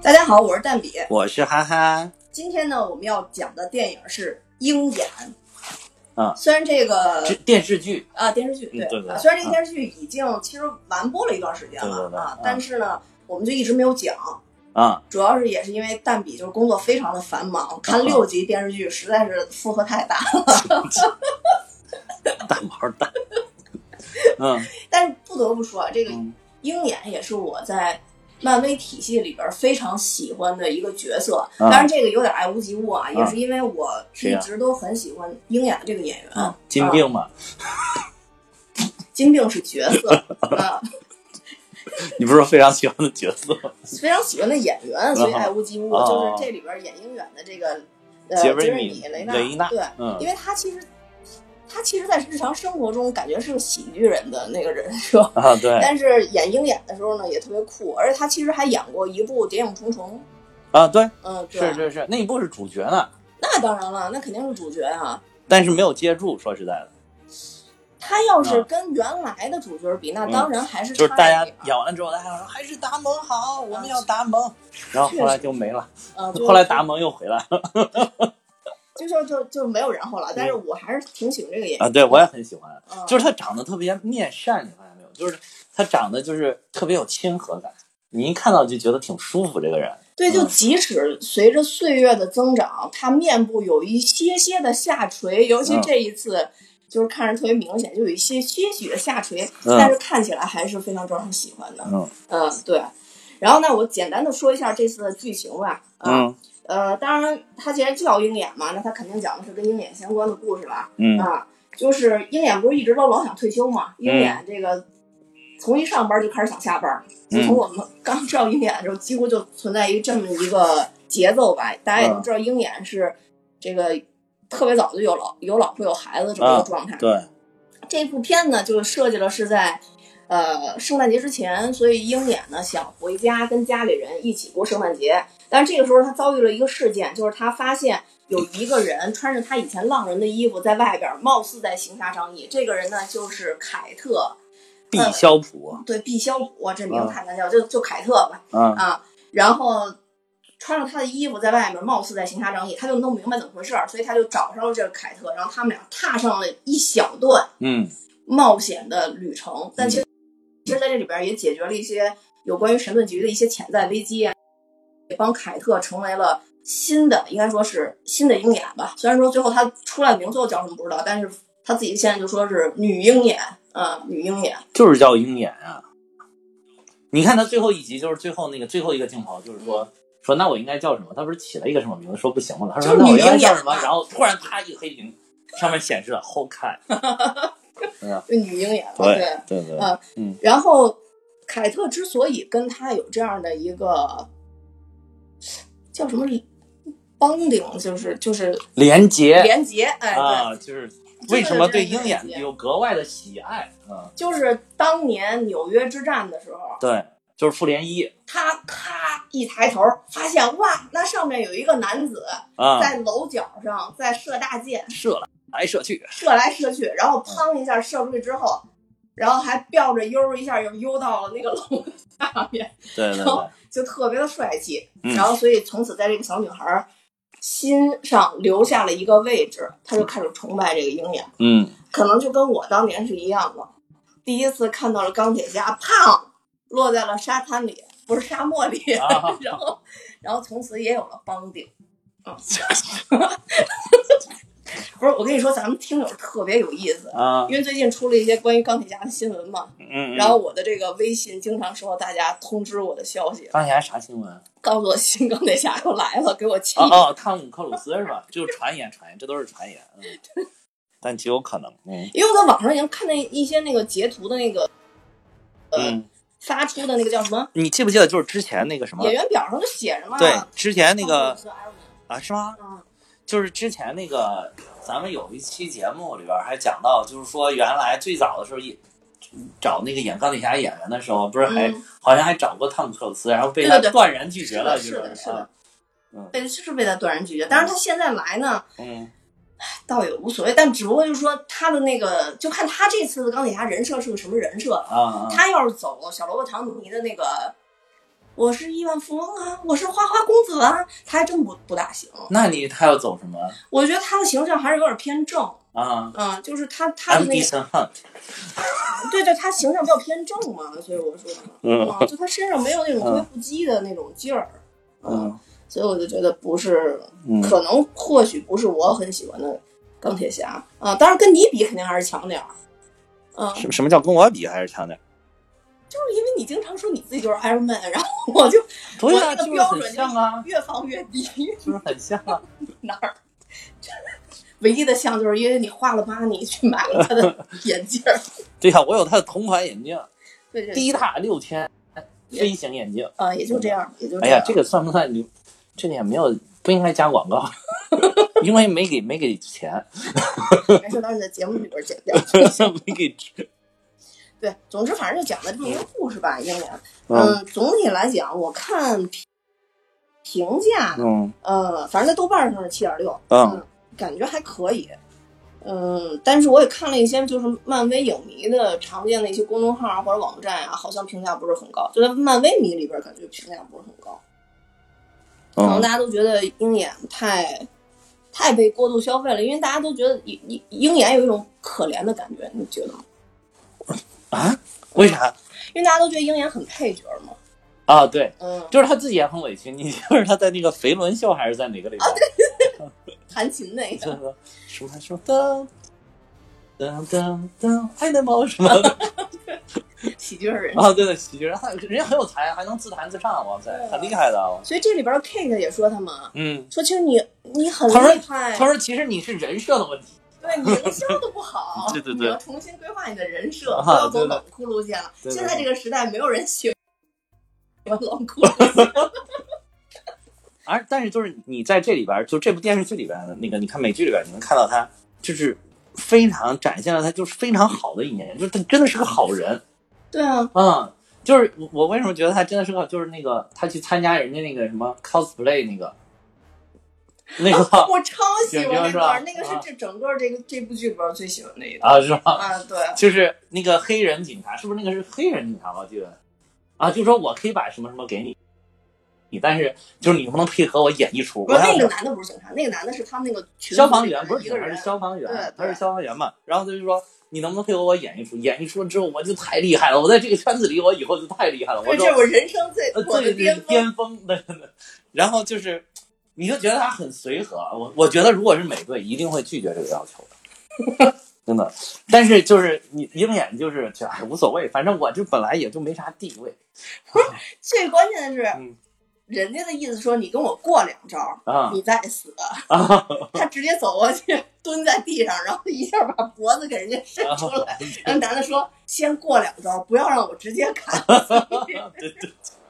大家好，我是蛋比， 我是哈哈。 今天呢，我们要讲的电影是《鹰眼》。 虽然这个电视剧电视剧对， 对虽然这个电视剧已经其实完播了一段时间了但是呢，我们就一直没有讲主要是也是因为蛋比就是工作非常的繁忙，看6集电视剧实在是负荷太大了。 大毛蛋。 但是不得不说这个鹰眼也是我在漫威体系里边非常喜欢的一个角色，当然这个有点爱屋及乌也是因为我一直都很喜欢鹰眼的这个演员。 金并嘛， 金并是角色你不是说非常喜欢的角色， 非常喜欢的演员，所以爱屋及乌。就是这里边演鹰眼的这个杰瑞米雷纳，对，因为他其实在日常生活中感觉是个喜剧人的那个人设对。 但是演鹰眼的时候呢，也特别酷，而且他其实还演过一部《谍影重重》 对， 对是，那一部是主角呢。 那当然了，那肯定是主角但是没有接住，说实在的。 他要是跟原来的主角比，那当然还是差就是大家演完了之后，大家说还是达蒙好，我们要达蒙，然后后来就没了。后来达蒙又回来了。 就没有然后了，但是我还是挺喜欢这个演员对，我也很喜欢就是他长得特别面善，你发现没有？就是他长得就是特别有亲和感，你一看到就觉得挺舒服这个人。 对，就即使随着岁月的增长，他面部有一些的下垂，尤其这一次就是看着特别明显，就有一些许的下垂，但是看起来还是非常招人喜欢的。对。然后呢，我简单的说一下这次的剧情吧。当然他既然叫鹰眼嘛，那他肯定讲的是跟鹰眼相关的故事了。就是鹰眼不是一直都老想退休嘛？鹰眼这个从一上班就开始想下班，自从我们刚知道鹰眼的时候，几乎就存在于这么一个节奏吧。大家也都知道，鹰眼是这个特别早就有老婆有孩子这么一个状态。 对， 这部片呢就设计了是在圣诞节之前，所以鹰眼呢想回家跟家里人一起过圣诞节。但是这个时候他遭遇了一个事件，就是他发现有一个人穿着他以前浪人的衣服在外边，貌似在行侠仗义。这个人呢就是凯特毕肖普。 对，毕肖普，这名太难叫，就凯特吧。然后穿着他的衣服在外面，貌似在行侠仗义，他就弄不明白怎么回事，所以他就找上了这个凯特，然后他们俩踏上了一小段冒险的旅程。但其实在这里边也解决了一些有关于神盾局的一些潜在危机也帮凯特成为了应该说是新的鹰眼吧。虽然说最后他出来的名字叫什么不知道，但是他自己现在就说是女鹰眼女鹰眼就是叫鹰眼你看他最后一集，就是最后一个镜头，就是说那我应该叫什么？他不是起了一个什么名字？说不行了，他说那我应该叫什么？然后突然啪一黑屏，上面显示了后看。 女鹰眼对然后凯特之所以跟他有这样的一个叫什么帮顶，就是连结对， 就是为什么对鹰眼有格外的喜爱就是当年纽约之战的时候， 对，就是复联一， 他咔一抬头发现哇，那上面有一个男子在楼角上在射大箭， 射来射去， 然后砰一下射出去之后，然后还吊着悠一下又悠到了那个楼下面， 对， 然后就特别的帅气。然后所以从此在这个小女孩心上留下了一个位置，她就开始崇拜这个鹰眼。可能就跟我当年是一样的，第一次看到了钢铁侠砰落在了沙滩里，不是沙漠里，然后从此也有了帮顶。不是，我跟你说，咱们听友特别有意思因为最近出了一些关于钢铁侠的新闻嘛。然后我的这个微信经常收到大家通知我的消息。 钢铁侠啥新闻？ 告诉我新钢铁侠又来了，给我气。 汤姆克鲁斯是吧？就是传言，这都是传言。但极有可能。 因为我在网上已经看见一些那个截图的那个发出的那个叫什么？ 你记不记得就是之前那个什么演员表上就写着嘛？ 对，之前那个是吗？就是之前那个咱们有一期节目里边还讲到，就是说原来最早的时候找那个演钢铁侠演员的时候，不是好像还找过汤姆克鲁斯，然后被他断然拒绝了。 是的，被他断然拒绝。但是他现在来呢，倒也无所谓，但只不过就是说他的那个，就看他这次的钢铁侠人设是个什么人设他要是走小罗伯·唐尼的那个我是亿万富翁啊，我是花花公子啊，他还真不大行。 那他要走什么？ 我觉得他的形象还是有点偏正啊， 就是他的那个，对，他形象比较偏正嘛，所以我说，就他身上没有那种特别不羁的那种劲儿，所以我就觉得不是，可能或许不是我很喜欢的钢铁侠当然跟你比肯定还是强点儿， 什么叫跟我比还是强点儿？ 就是因为你经常说你自己就是 Iron Man， 然后我就对啊， 我这个标准像啊， 越放越低， 就是很像啊。 哪儿？唯一的像就是因为你花了money去买了他的眼镜。 对呀，我有他的同款眼镜， 对低塔6000飞行眼镜也就这样，也就这样。 哎呀，这个算不算？你这个也没有，不应该加广告，因为没给钱。 没事，到你的节目里边剪掉。 没给。 对，总之反正就讲的这么一个故事吧，鹰眼。总体来讲，我看评价，反正在豆瓣上是7.6，感觉还可以。但是我也看了一些就是漫威影迷的常见的一些公众号或者网站啊，好像评价不是很高，就在漫威迷里边感觉评价不是很高。可能大家都觉得鹰眼太被过度消费了，因为大家都觉得鹰眼有一种可怜的感觉，你觉得吗？ 啊？为啥？ 因为大家都觉得鹰眼很配角嘛。 啊，对，就是他自己也很委屈。你就是他在那个肥伦秀还是在哪个里边？ 弹琴那个。什么说噔噔噔噔，爱的猫什么的。 喜剧人啊，对，喜剧人，人家很有才，还能自弹自唱，哇塞，很厉害的。 所以这里边 Kate 也说他嘛，说其实你很厉害。 他说其实你是人设的问题。 对，你营销的不好， 对， 你要重新规划你的人设，不要走冷酷路线了。现在这个时代，没有人喜欢冷酷路线。 但是就是你在这里边，就这部电视剧里边的那个，你看美剧里边，你能看到他就是非常展现了他就是非常好的一面，就是他真的是个好人。 对啊， 就是我为什么觉得他真的是个，就是那个他去参加人家那个什么 cosplay 那个。 我超喜欢那段，那个是这整个这部剧里边最喜欢的一段是吧？ 对， 就是那个黑人警察，是不是那个是黑人警察吧？我记得就说我可以把什么什么给你，但是就是你不能配合我演一出。 不是那个男的不是警察，那个男的是他们那个消防员，不是一个人， 是消防员， 对， 他是消防员嘛。然后他就说你能不能配合我演一出？演一出之后我就太厉害了，我在这个圈子里我以后就太厉害了。 这是我人生我的巅峰的。然后就是。你就觉得他很随和，我觉得如果是美队一定会拒绝这个要求的，真的。但是就是你鹰眼就是无所谓，反正我就本来也就没啥地位。 最关键的是，人家的意思说你跟我过2招，你再死。他直接走过去蹲在地上，然后一下把脖子给人家伸出来，让男的说先过2招，不要让我直接砍死你。 对。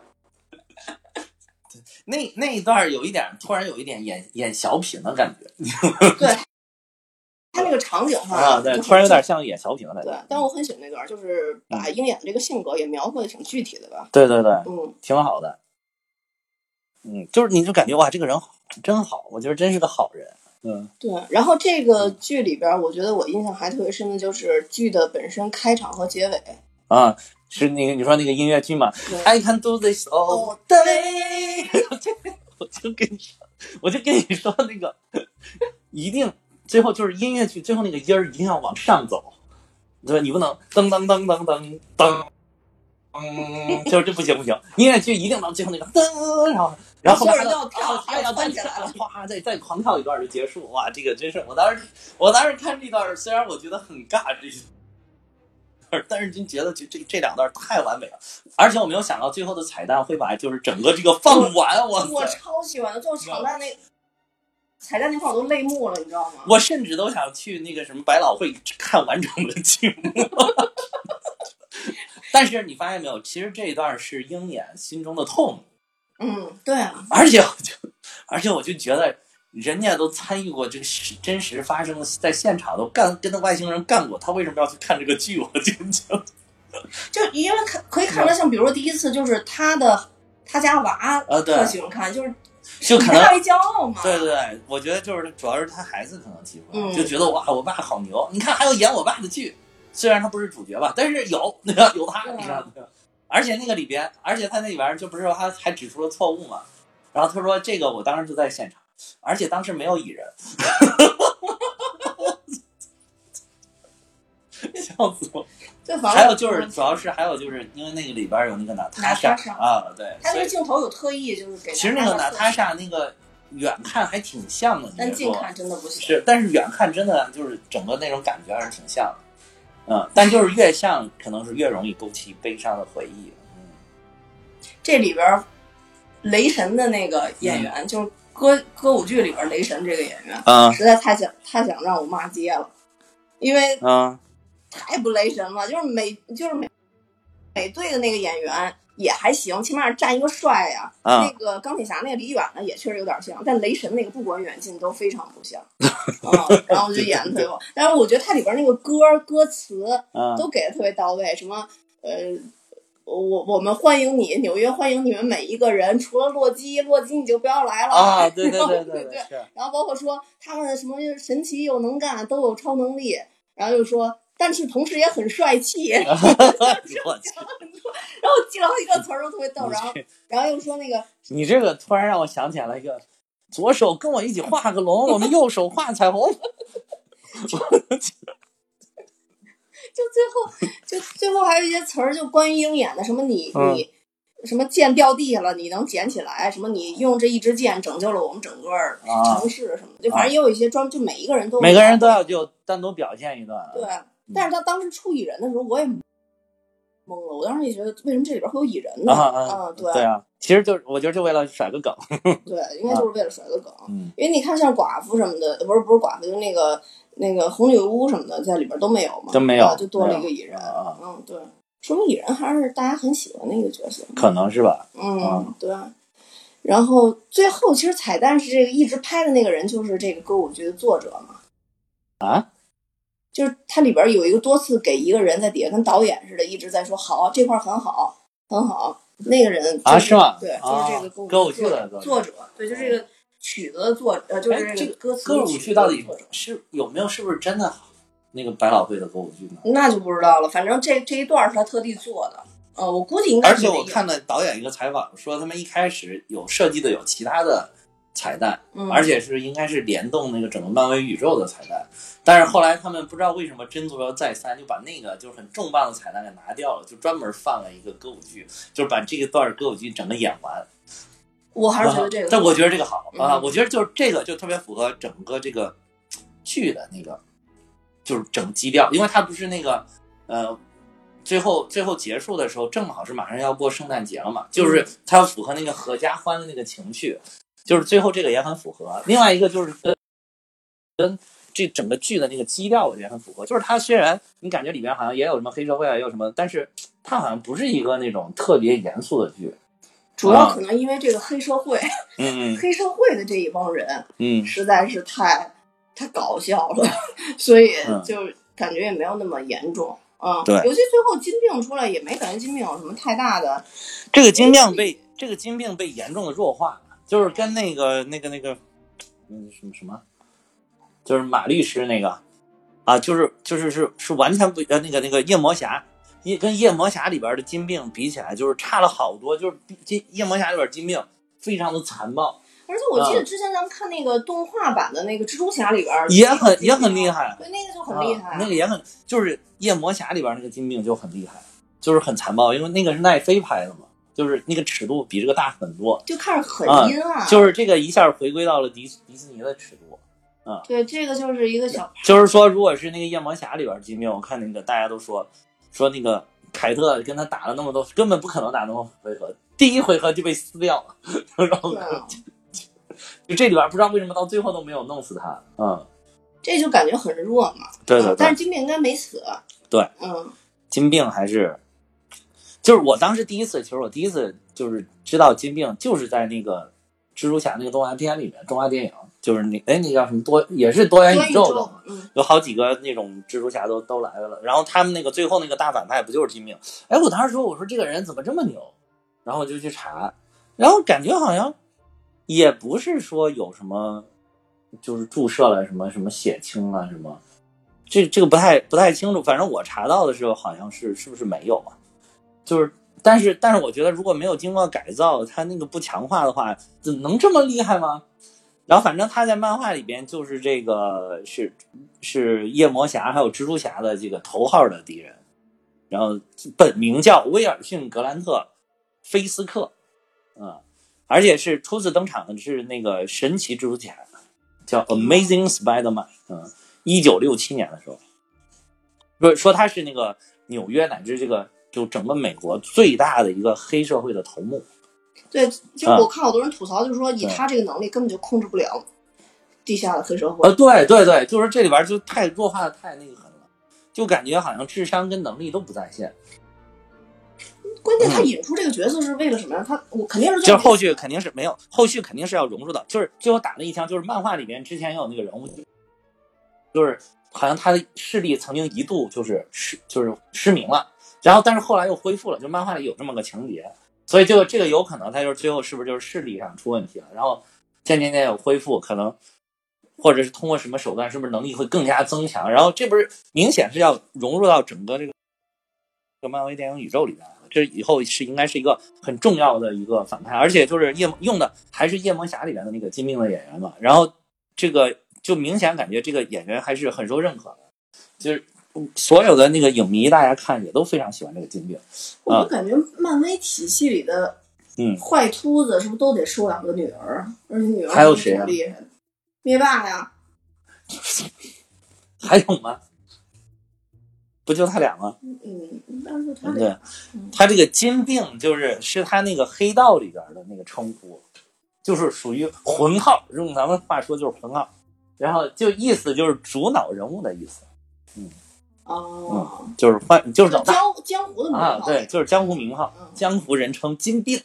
那一段突然有一点演小品的感觉。 对，他那个场景哈对，突然有点像演小品的感觉。 对，但我很喜欢那段，就是把鹰眼这个性格也描绘的挺具体的吧。 对，挺好的。就是你就感觉哇，这个人真好，我觉得真是个好人。 对。然后这个剧里边，我觉得我印象还特别深的就是剧的本身开场和结尾。 是那个你说那个音乐剧嘛 ？I can do this all day 。我就跟你说那个，一定最后就是音乐剧最后那个音儿一定要往上走，对吧？你不能噔噔噔噔噔噔，就是这不行，音乐剧一定到最后那个噔，然后所有人都要跳，要站起来了，哗，再狂跳一段就结束。哇，这个真是我当时看这段，虽然我觉得很尬，但是真觉得这2段太完美了，而且我没有想到最后的彩蛋会把就是整个这个放完。 我超喜欢的，最后彩蛋那块我都泪目了，你知道吗？ 我甚至都想去那个什么百老汇看完整的剧目。但是你发现没有，其实这一段是鹰眼心中的痛。 对啊。 而且我就觉得。人家都参与过这个真实发生的，在现场都跟那外星人干过，他为什么要去看这个剧？我就因为可以看到，像比如说第一次就是他家娃特喜欢看，就可能太骄傲嘛。 对，我觉得就是主要是他孩子可能喜欢，就觉得哇，我爸好牛！你看还有演我爸的剧，虽然他不是主角吧，但是有他，你看。 而且那个里边，而且他那里边就不是说他还指出了错误嘛，然后他说这个我当时就在现场，而且当时没有蚁人，笑死我。还有就是主要是还有就是因为那个里边有那个娜塔莎啊，对， 他那个镜头有特意就是给。 其实那个娜塔莎那个远看还挺像的， 但近看真的不行。 是，但是远看真的就是整个那种感觉还是挺像的，但就是越像可能是越容易勾起悲伤的回忆。 这里边雷神的那个演员，就是歌舞剧里边雷神这个演员，实在太想让我骂街了，因为太不雷神了，就是美队的那个演员也还行，起码站一个帅呀。那个钢铁侠那个离远了也确实有点像，但雷神那个不管远近都非常不像。然后就演的特别好，但是我觉得它里边那个歌词都给的特别到位，什么我们欢迎你，纽约欢迎你们每一个人，除了洛基你就不要来了啊！对。 然后包括说他们什么神奇又能干，都有超能力，然后又说。但是同时也很帅气，然后记了好几个词儿都特别逗，然后又说那个， 你这个突然让我想起来了一个，左手跟我一起画个龙，我们右手画彩虹， 就最后还有一些词儿，就关于鹰眼的，什么你什么剑掉地了你能捡起来，什么你用这一支剑拯救了我们整个城市什么的，就反正也有一些就每一个人都要就单独表现一段， 对。但是他当时出蚁人的时候，我也懵了。我当时也觉得，为什么这里边会有蚁人呢？ 对啊，其实我觉得就为了甩个梗。 对，应该就是为了甩个梗。因为你看，像寡妇什么的，不是寡妇，就那个红女巫什么的，在里边都没有嘛， 都没有， 就多了一个蚁人。对，说明蚁人还是大家很喜欢那个角色， 可能是吧？ 对。然后最后其实彩蛋是这个一直拍的那个人，就是这个歌舞剧的作者嘛。就是它里边有一个多次给一个人在底下跟导演似的，一直在说好，这块很好，很好。那个人是吗？ 对，就是这个歌舞剧的作者，对，就是这个曲子的作者，就是这个歌词。 歌舞剧到底是有没有？是不是真的那个百老汇的歌舞剧呢？ 那就不知道了。反正这一段是他特地做的，我估计应该。 而且我看了导演一个采访说，他们一开始有设计的有其他的彩蛋，而且是应该是联动那个整个漫威宇宙的彩蛋。但是后来他们不知道为什么斟酌再三，就把那个就是很重磅的彩蛋给拿掉了，就专门放了一个歌舞剧，就是把这个段歌舞剧整个演完。 我还是觉得这个， 但我觉得这个好我觉得就是这个就特别符合整个这个剧的那个就是整基调，因为它不是那个最后结束的时候正好是马上要过圣诞节了嘛，就是它要符合那个合家欢的那个情绪，就是最后这个也很符合。另外一个就是跟这整个剧的那个基调我觉得很符合，就是它虽然你感觉里面好像也有什么黑社会也有什么，但是它好像不是一个那种特别严肃的剧， 主要可能因为这个黑社会黑社会的这一帮人实在是太搞笑了，所以就感觉也没有那么严重对， 尤其最后金病出来也没感觉金病有什么太大的， 这个金病被严重的弱化，就是跟那个什么就是马律师那个是完全不那个夜魔侠，跟夜魔侠里边的金病比起来，就是差了好多。就是夜魔侠里边金病非常的残暴， 而且我记得之前咱们看那个动画版的那个蜘蛛侠里边也很厉害， 对，那个就很厉害， 那个也很就是夜魔侠里边那个金病就很厉害，就是很残暴，因为那个是奈飞拍的嘛，就是那个尺度比这个大很多， 就看着很阴暗， 就是这个一下回归到了迪士尼的尺度。 对，这个就是一个小， 就是说，如果是那个夜魔侠里边金病，我看那个大家都说那个凯特跟他打了那么多，根本不可能打那么回合，第一回合就被撕掉了，然后就这里边不知道为什么到最后都没有弄死他， 这就感觉很弱嘛。 对， 但是金病应该没死。 对，金病还是，就是我当时第一次就是知道金病，就是在那个蜘蛛侠那个动画片里面，动画电影。就是那叫什么也是多元宇宙的，有好几个那种蜘蛛侠都来了，然后他们那个最后那个大反派不就是金病？我当时我说这个人怎么这么牛，然后我就去查，然后感觉好像也不是说有什么，就是注射了什么血清啊什么，这个不太清楚，反正我查到的时候好像是不是没有啊？就是但是我觉得如果没有经过改造，他那个不强化的话，怎能这么厉害吗？然后反正他在漫画里边就是这个是夜魔侠还有蜘蛛侠的这个头号的敌人，然后本名叫威尔逊·格兰特·菲斯克，而且是初次登场的是那个神奇蜘蛛侠，叫 Amazing Spider-Man， 1967年的时候，不是说他是那个纽约乃至这个就整个美国最大的一个黑社会的头目。 对，就我看好多人吐槽，就是说以他这个能力根本就控制不了地下的黑社会。 对对对，就是这里边就太弱化的太那个狠了，就感觉好像智商跟能力都不在线。 关键他引出这个角色是为了什么呀？我肯定是就是后续肯定是没有，后续肯定是要融入的。就是最后打了一枪，就是漫画里边之前也有那个人物，就是好像他的视力曾经一度就是失明了，然后但是后来又恢复了，就漫画里有这么个情节。所以这个有可能他就是最后是不是就是视力上出问题了，然后渐渐有恢复，可能或者是通过什么手段，是不是能力会更加增强？然后这不是明显是要融入到整个这个漫威电影宇宙里面，这以后应该是一个很重要的一个反派，而且就是用的还是夜魔侠里面的那个金并的演员嘛，然后这个就明显感觉这个演员还是很受认可的，就是所有的那个影迷大家看也都非常喜欢这个金并。 我感觉漫威体系里的坏秃子是不是都得收两个女儿？而且女儿还有谁啊？ 厉害的，灭霸呀。 还有吗？不就他俩吗？ 但是他对，他这个金并是他那个黑道里边的那个称呼，就是属于魂号，用咱们话说就是魂号，然后就意思就是主脑人物的意思。就是老大江湖的名号对，就是江湖名号，江湖人称金并。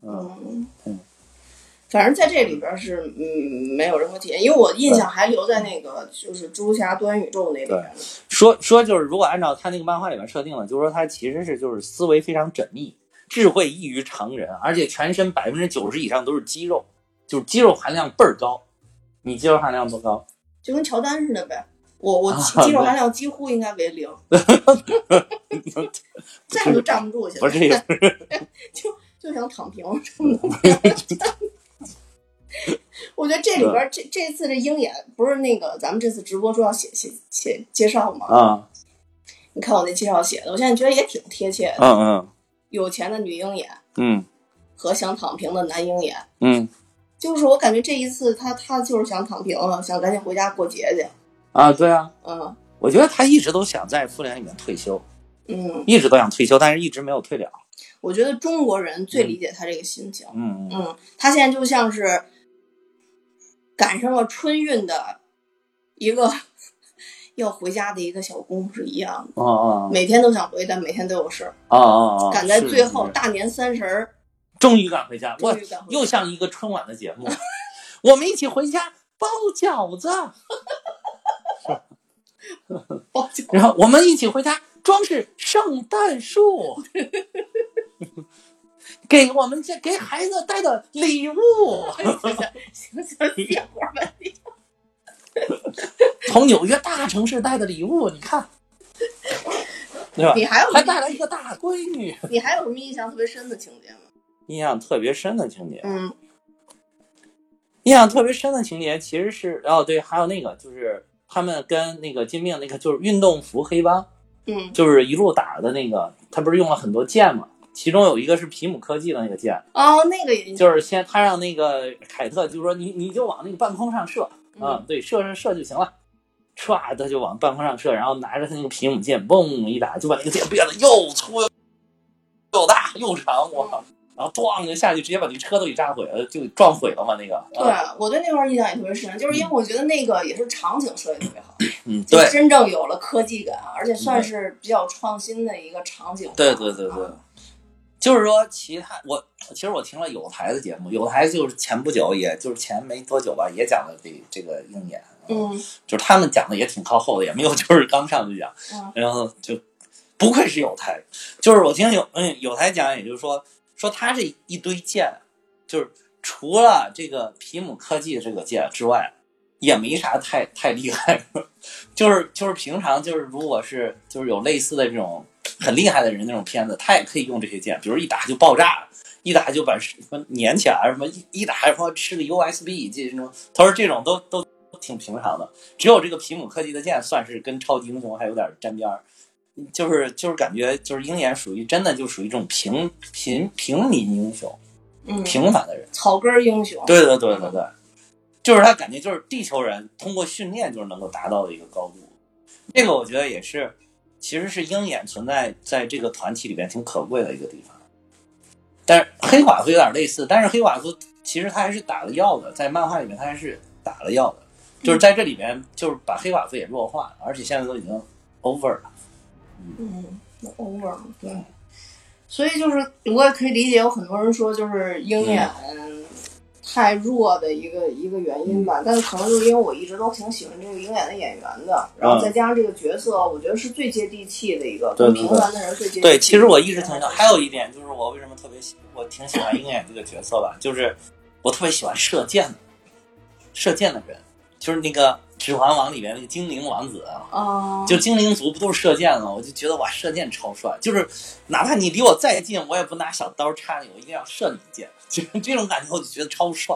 反正在这里边是没有任何体验，因为我印象还留在那个就是蜘蛛侠多元宇宙那边。 说就是如果按照他那个漫画里面设定了，就是说他其实是就是思维非常缜密，智慧异于常人，而且全身90%以上都是肌肉，就是肌肉含量倍儿高。你肌肉含量多高？ 就跟乔丹似的呗。我肌肉含量几乎应该为0，站都站不住。 不是这个， 就想躺平。我觉得这里边这次这鹰眼不是那个咱们这次直播说要写介绍吗？你看我那介绍写的，我现在觉得也挺贴切的。有钱的女鹰眼，和想躺平的男鹰眼，就是我感觉这一次他就是想躺平了，想赶紧回家过节去。 对啊，我觉得他一直都想在复联里面退休，一直都想退休，但是一直没有退了。 我觉得中国人最理解他这个心情。他现在就像是赶上了春运的一个要回家的一个小公是一样的。每天都想回，但每天都有事儿。赶在最后大年30 终于赶回家，又像一个春晚的节目。我们一起回家包饺子。然后我们一起回家装饰圣诞树。给我们给孩子带的礼物。 行，别活吧你。 从纽约大城市带的礼物，你看，对吧？ 你还带来一个大闺女。 你还有什么印象特别深的情节吗？ 印象特别深的情节，印象特别深的情节其实是对，还有那个就是他们跟那个金并那个就是运动服黑帮，就是一路打的那个，他不是用了很多剑吗？其中有一个是皮姆科技的那个剑， 那个也就是先他让那个凯特就说你就往那个半空上射，对，射就行了，唰他就往半空上射，然后拿着他那个皮姆剑，嘣一打就把那个剑变得又粗又大又长，我靠！然后咣就下去，直接把那个车都给炸毁了，就撞毁了嘛那个。 对，我对那块印象也特别深，就是因为我觉得那个也是场景设计特别好， 对， 真正有了科技感，而且算是比较创新的一个场景。 对，就是说其实我听了有台的节目，有台就是前不久，也就是前没多久吧，也讲了这个鹰眼，就是他们讲的也挺靠后的，也没有就是刚上就讲，然后就不愧是有台，就是我听有台讲，也就是说他这一堆剑，就是除了这个皮姆科技这个剑之外，也没啥太厉害的，就是平常就是如果是就是有类似的这种很厉害的人那种片子，他也可以用这些键，比如一打就爆炸，一打就把什么粘起来，什么一打什么吃个 USB 这种，他说这种都挺平常的，只有这个皮姆科技的剑算是跟超级英雄还有点沾边儿。就是感觉就是鹰眼属于真的就属于这种平民英雄，平凡的人， 草根英雄。 对，就是他感觉就是地球人通过训练就是能够达到的一个高度。这个我觉得也是，其实是鹰眼存在在这个团体里边挺可贵的一个地方。但是黑寡妇有点类似，但是黑寡妇其实他还是打了药的，在漫画里面他还是打了药的，就是在这里面就是把黑寡妇也弱化了，而且现在都已经 over 了。 over 了，对。所以就是我也可以理解，有很多人说就是鹰眼太弱的一个原因吧，但是可能就是因为我一直都挺喜欢这个鹰眼的演员的，然后再加上这个角色，我觉得是最接地气的一个，跟平凡的人最接地气。 对，其实我一直挺喜欢。还有一点就是我为什么特别我挺喜欢鹰眼这个角色吧，就是我特别喜欢射箭的人，就是那个《指环王》里面那个精灵王子啊，就精灵族不都是射箭吗？我就觉得哇，射箭超帅，就是哪怕你离我再近，我也不拿小刀插你，我一定要射你一箭，就是这种感觉，我就觉得超帅，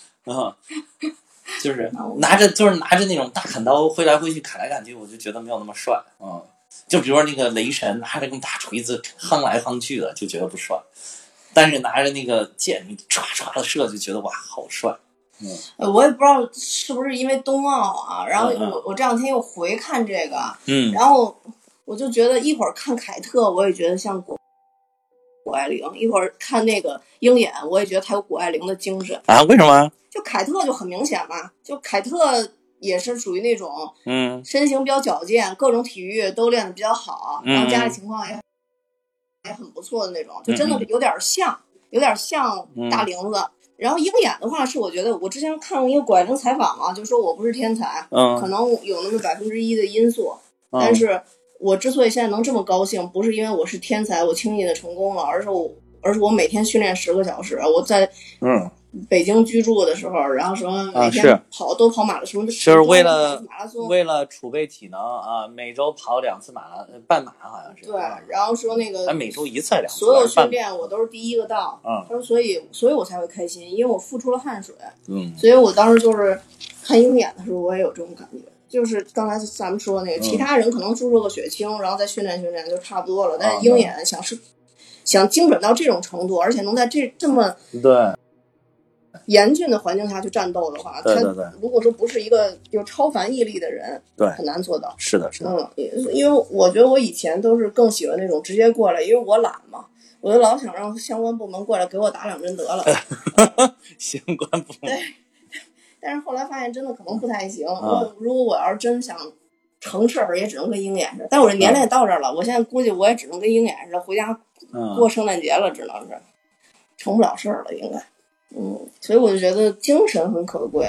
就是拿着那种大砍刀挥来挥去砍来砍去，我就觉得没有那么帅，就比如说那个雷神拿着根大锤子夯来夯去的，就觉得不帅，但是拿着那个剑你唰唰的射，就觉得哇，好帅。 我也不知道是不是因为冬奥啊，然后我这两天又回看这个，然后我就觉得一会儿看凯特，我也觉得像谷爱凌；一会儿看那个鹰眼，我也觉得他有谷爱凌的精神啊。为什么？ 就凯特就很明显嘛，就凯特也是属于那种身形比较矫健，各种体育都练得比较好，然后家里情况也很不错的那种，就真的有点像大玲子。然后鹰眼的话是我觉得我之前看过一个谷爱凌采访嘛，就说我不是天才，可能有那么1%的因素，但是我之所以现在能这么高兴，不是因为我是天才，我轻易的成功了，而是我每天训练10个小时，我在北京居住的时候，然后什么每天都跑马拉松， 就是为了储备体能啊，每周跑2次半马好像是。 对，然后说那个每周1次2次， 所有训练我都是第一个到。他说所以我才会开心，因为我付出了汗水。所以我当时就是看鹰眼的时候，我也有这种感觉。就是刚才咱们说那个，其他人可能注射个血清，然后再训练就差不多了。但是鹰眼想精准到这种程度，而且能在这么严峻的环境下去战斗的话，他如果说不是一个有超凡毅力的人，很难做到。是的。因为我觉得我以前都是更喜欢那种直接过来，因为我懒嘛，我就老想让相关部门过来给我打2针得了。 相关部门。 对。但是后来发现真的可能不太行。如果我要是真想成事儿，也只能跟鹰眼似的。但我这年龄也到这儿了，我现在估计我也只能跟鹰眼似的，回家过圣诞节了，只能是成不了事儿了，应该。所以我就觉得精神很可贵。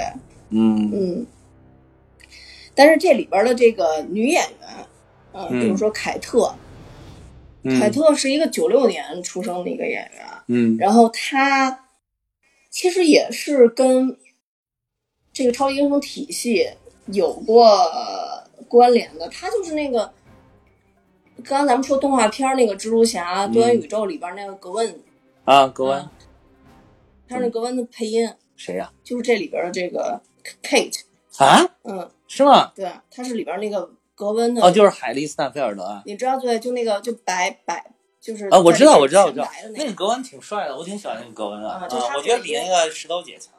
但是这里边的这个女演员，比如说凯特，凯特是一个96年出生的一个演员，然后她其实也是跟这个超级英雄体系有过关联的。她就是那个刚刚咱们说动画片那个蜘蛛侠多元宇宙里边那个格温格温。 他是那格温的配音。 谁呀？ 就是这里边的这个 Kate 啊。是吗？ 对，他是里边那个格温的。 就是海莉斯坦菲尔德啊。 你知道对，就那个就白就是我知道那个格温挺帅的，我挺喜欢那个格温啊。我觉得比那个石头姐强。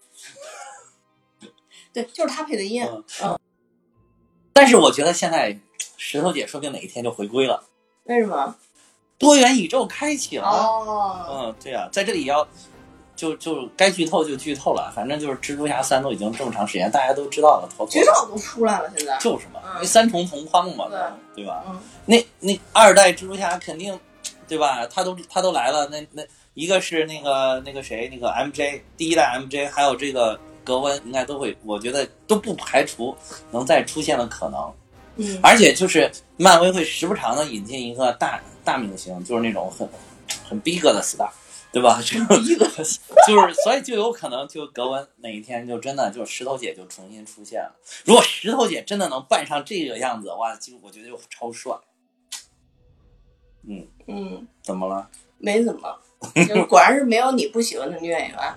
对，就是他配的音。 但是我觉得现在石头姐说不定哪一天就回归了。 为什么？ 多元宇宙开启了。对啊，在这里要就该剧透就剧透了，反正就是蜘蛛侠3都已经这么长时间，大家都知道了， 剧透都出来了，现在就是嘛，那3重同框嘛，对吧？那2代蜘蛛侠肯定，对吧？他都来了，那一个是那个谁，那个 MJ 第1代 MJ， 还有这个格温，应该都会，我觉得都不排除能再出现的可能。而且就是漫威会时不常的引进一个大明星，就是那种很逼格的 star。对吧？就是所以就有可能就格温哪一天就真的就石头姐就重新出现了。如果石头姐真的能扮上这个样子，哇，就我觉得就超帅。 怎么了？ 没怎么，就是果然是没有你不喜欢的女演员。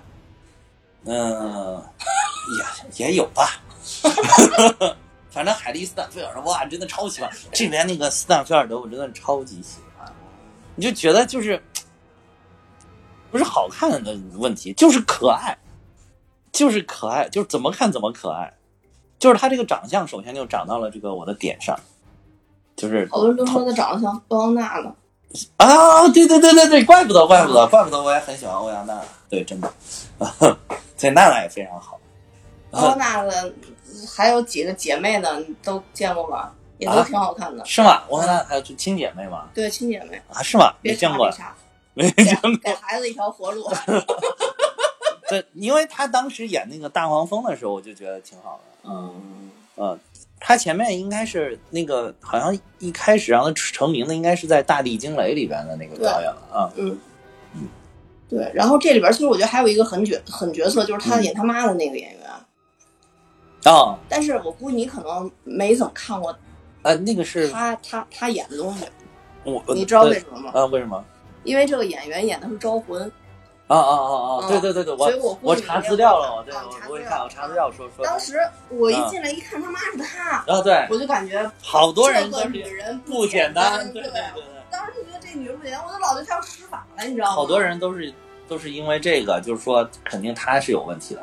也有吧。反正海莉斯坦菲尔德，哇，真的超喜欢。这边那个斯坦菲尔德，我真的超级喜欢。你就觉得就是不是好看的问题，就是可爱，就是可爱，就是怎么看怎么可爱。就是他这个长相，首先就长到了这个我的点上，就是好多人都说他长得像欧阳娜娜。 啊，对，怪不得我也很喜欢欧阳娜娜。对，真的，所以娜娜也非常好。 欧阳娜娜还有几个姐妹呢，你都见过吧？也都挺好看的。 是吗？欧阳娜娜还有亲姐妹吗？ 对，亲姐妹啊，是吗？没见过，没见过， 给孩子一条活路。 对，因为他当时演那个大黄蜂的时候，我就觉得挺好的。他前面应该是那个，好像一开始让他成名的，应该是在《大地惊雷》里边的那个表演了啊。 对。然后这里边其实我觉得还有一个狠角色，就是他演他妈的那个演员。但是我估计你可能没怎么看过。 那个是他演的东西。你知道为什么吗？ 为什么？ 因为这个演员演的是《招魂》。 对， 所以我查资料了，我查资料说。 当时我一进来一看他妈是他， 对， 我就感觉好多人这个女人不简单，对。 当时就觉得这女人不简单，我都老觉得她要施法了，你知道吗？ 好多人都是因为这个，就是说肯定她是有问题的。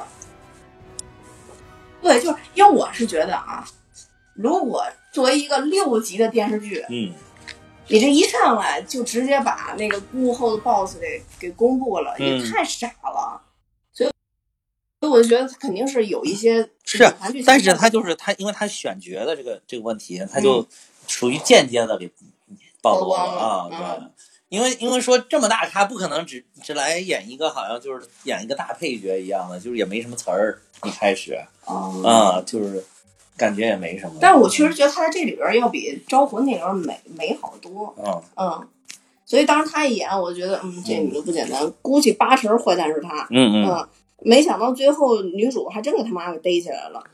对，就是因为我是觉得啊，如果作为一个6集的电视剧，你这一上来就直接把那个幕后的 boss 给公布了，也太傻了。所以我就觉得肯定是有一些是，但是他就是他，因为他选角的这个问题，他就属于间接的给曝光了啊。对，因为说这么大咖不可能只来演一个，好像就是演一个大配角一样的，就是也没什么词儿，一开始就是感觉也没什么。 但是我确实觉得他在这里边要比《招魂》那边美好多。所以当时他一演，我觉得这女的不简单，估计80%坏蛋是他。没想到最后女主还真给他妈给逮起来了，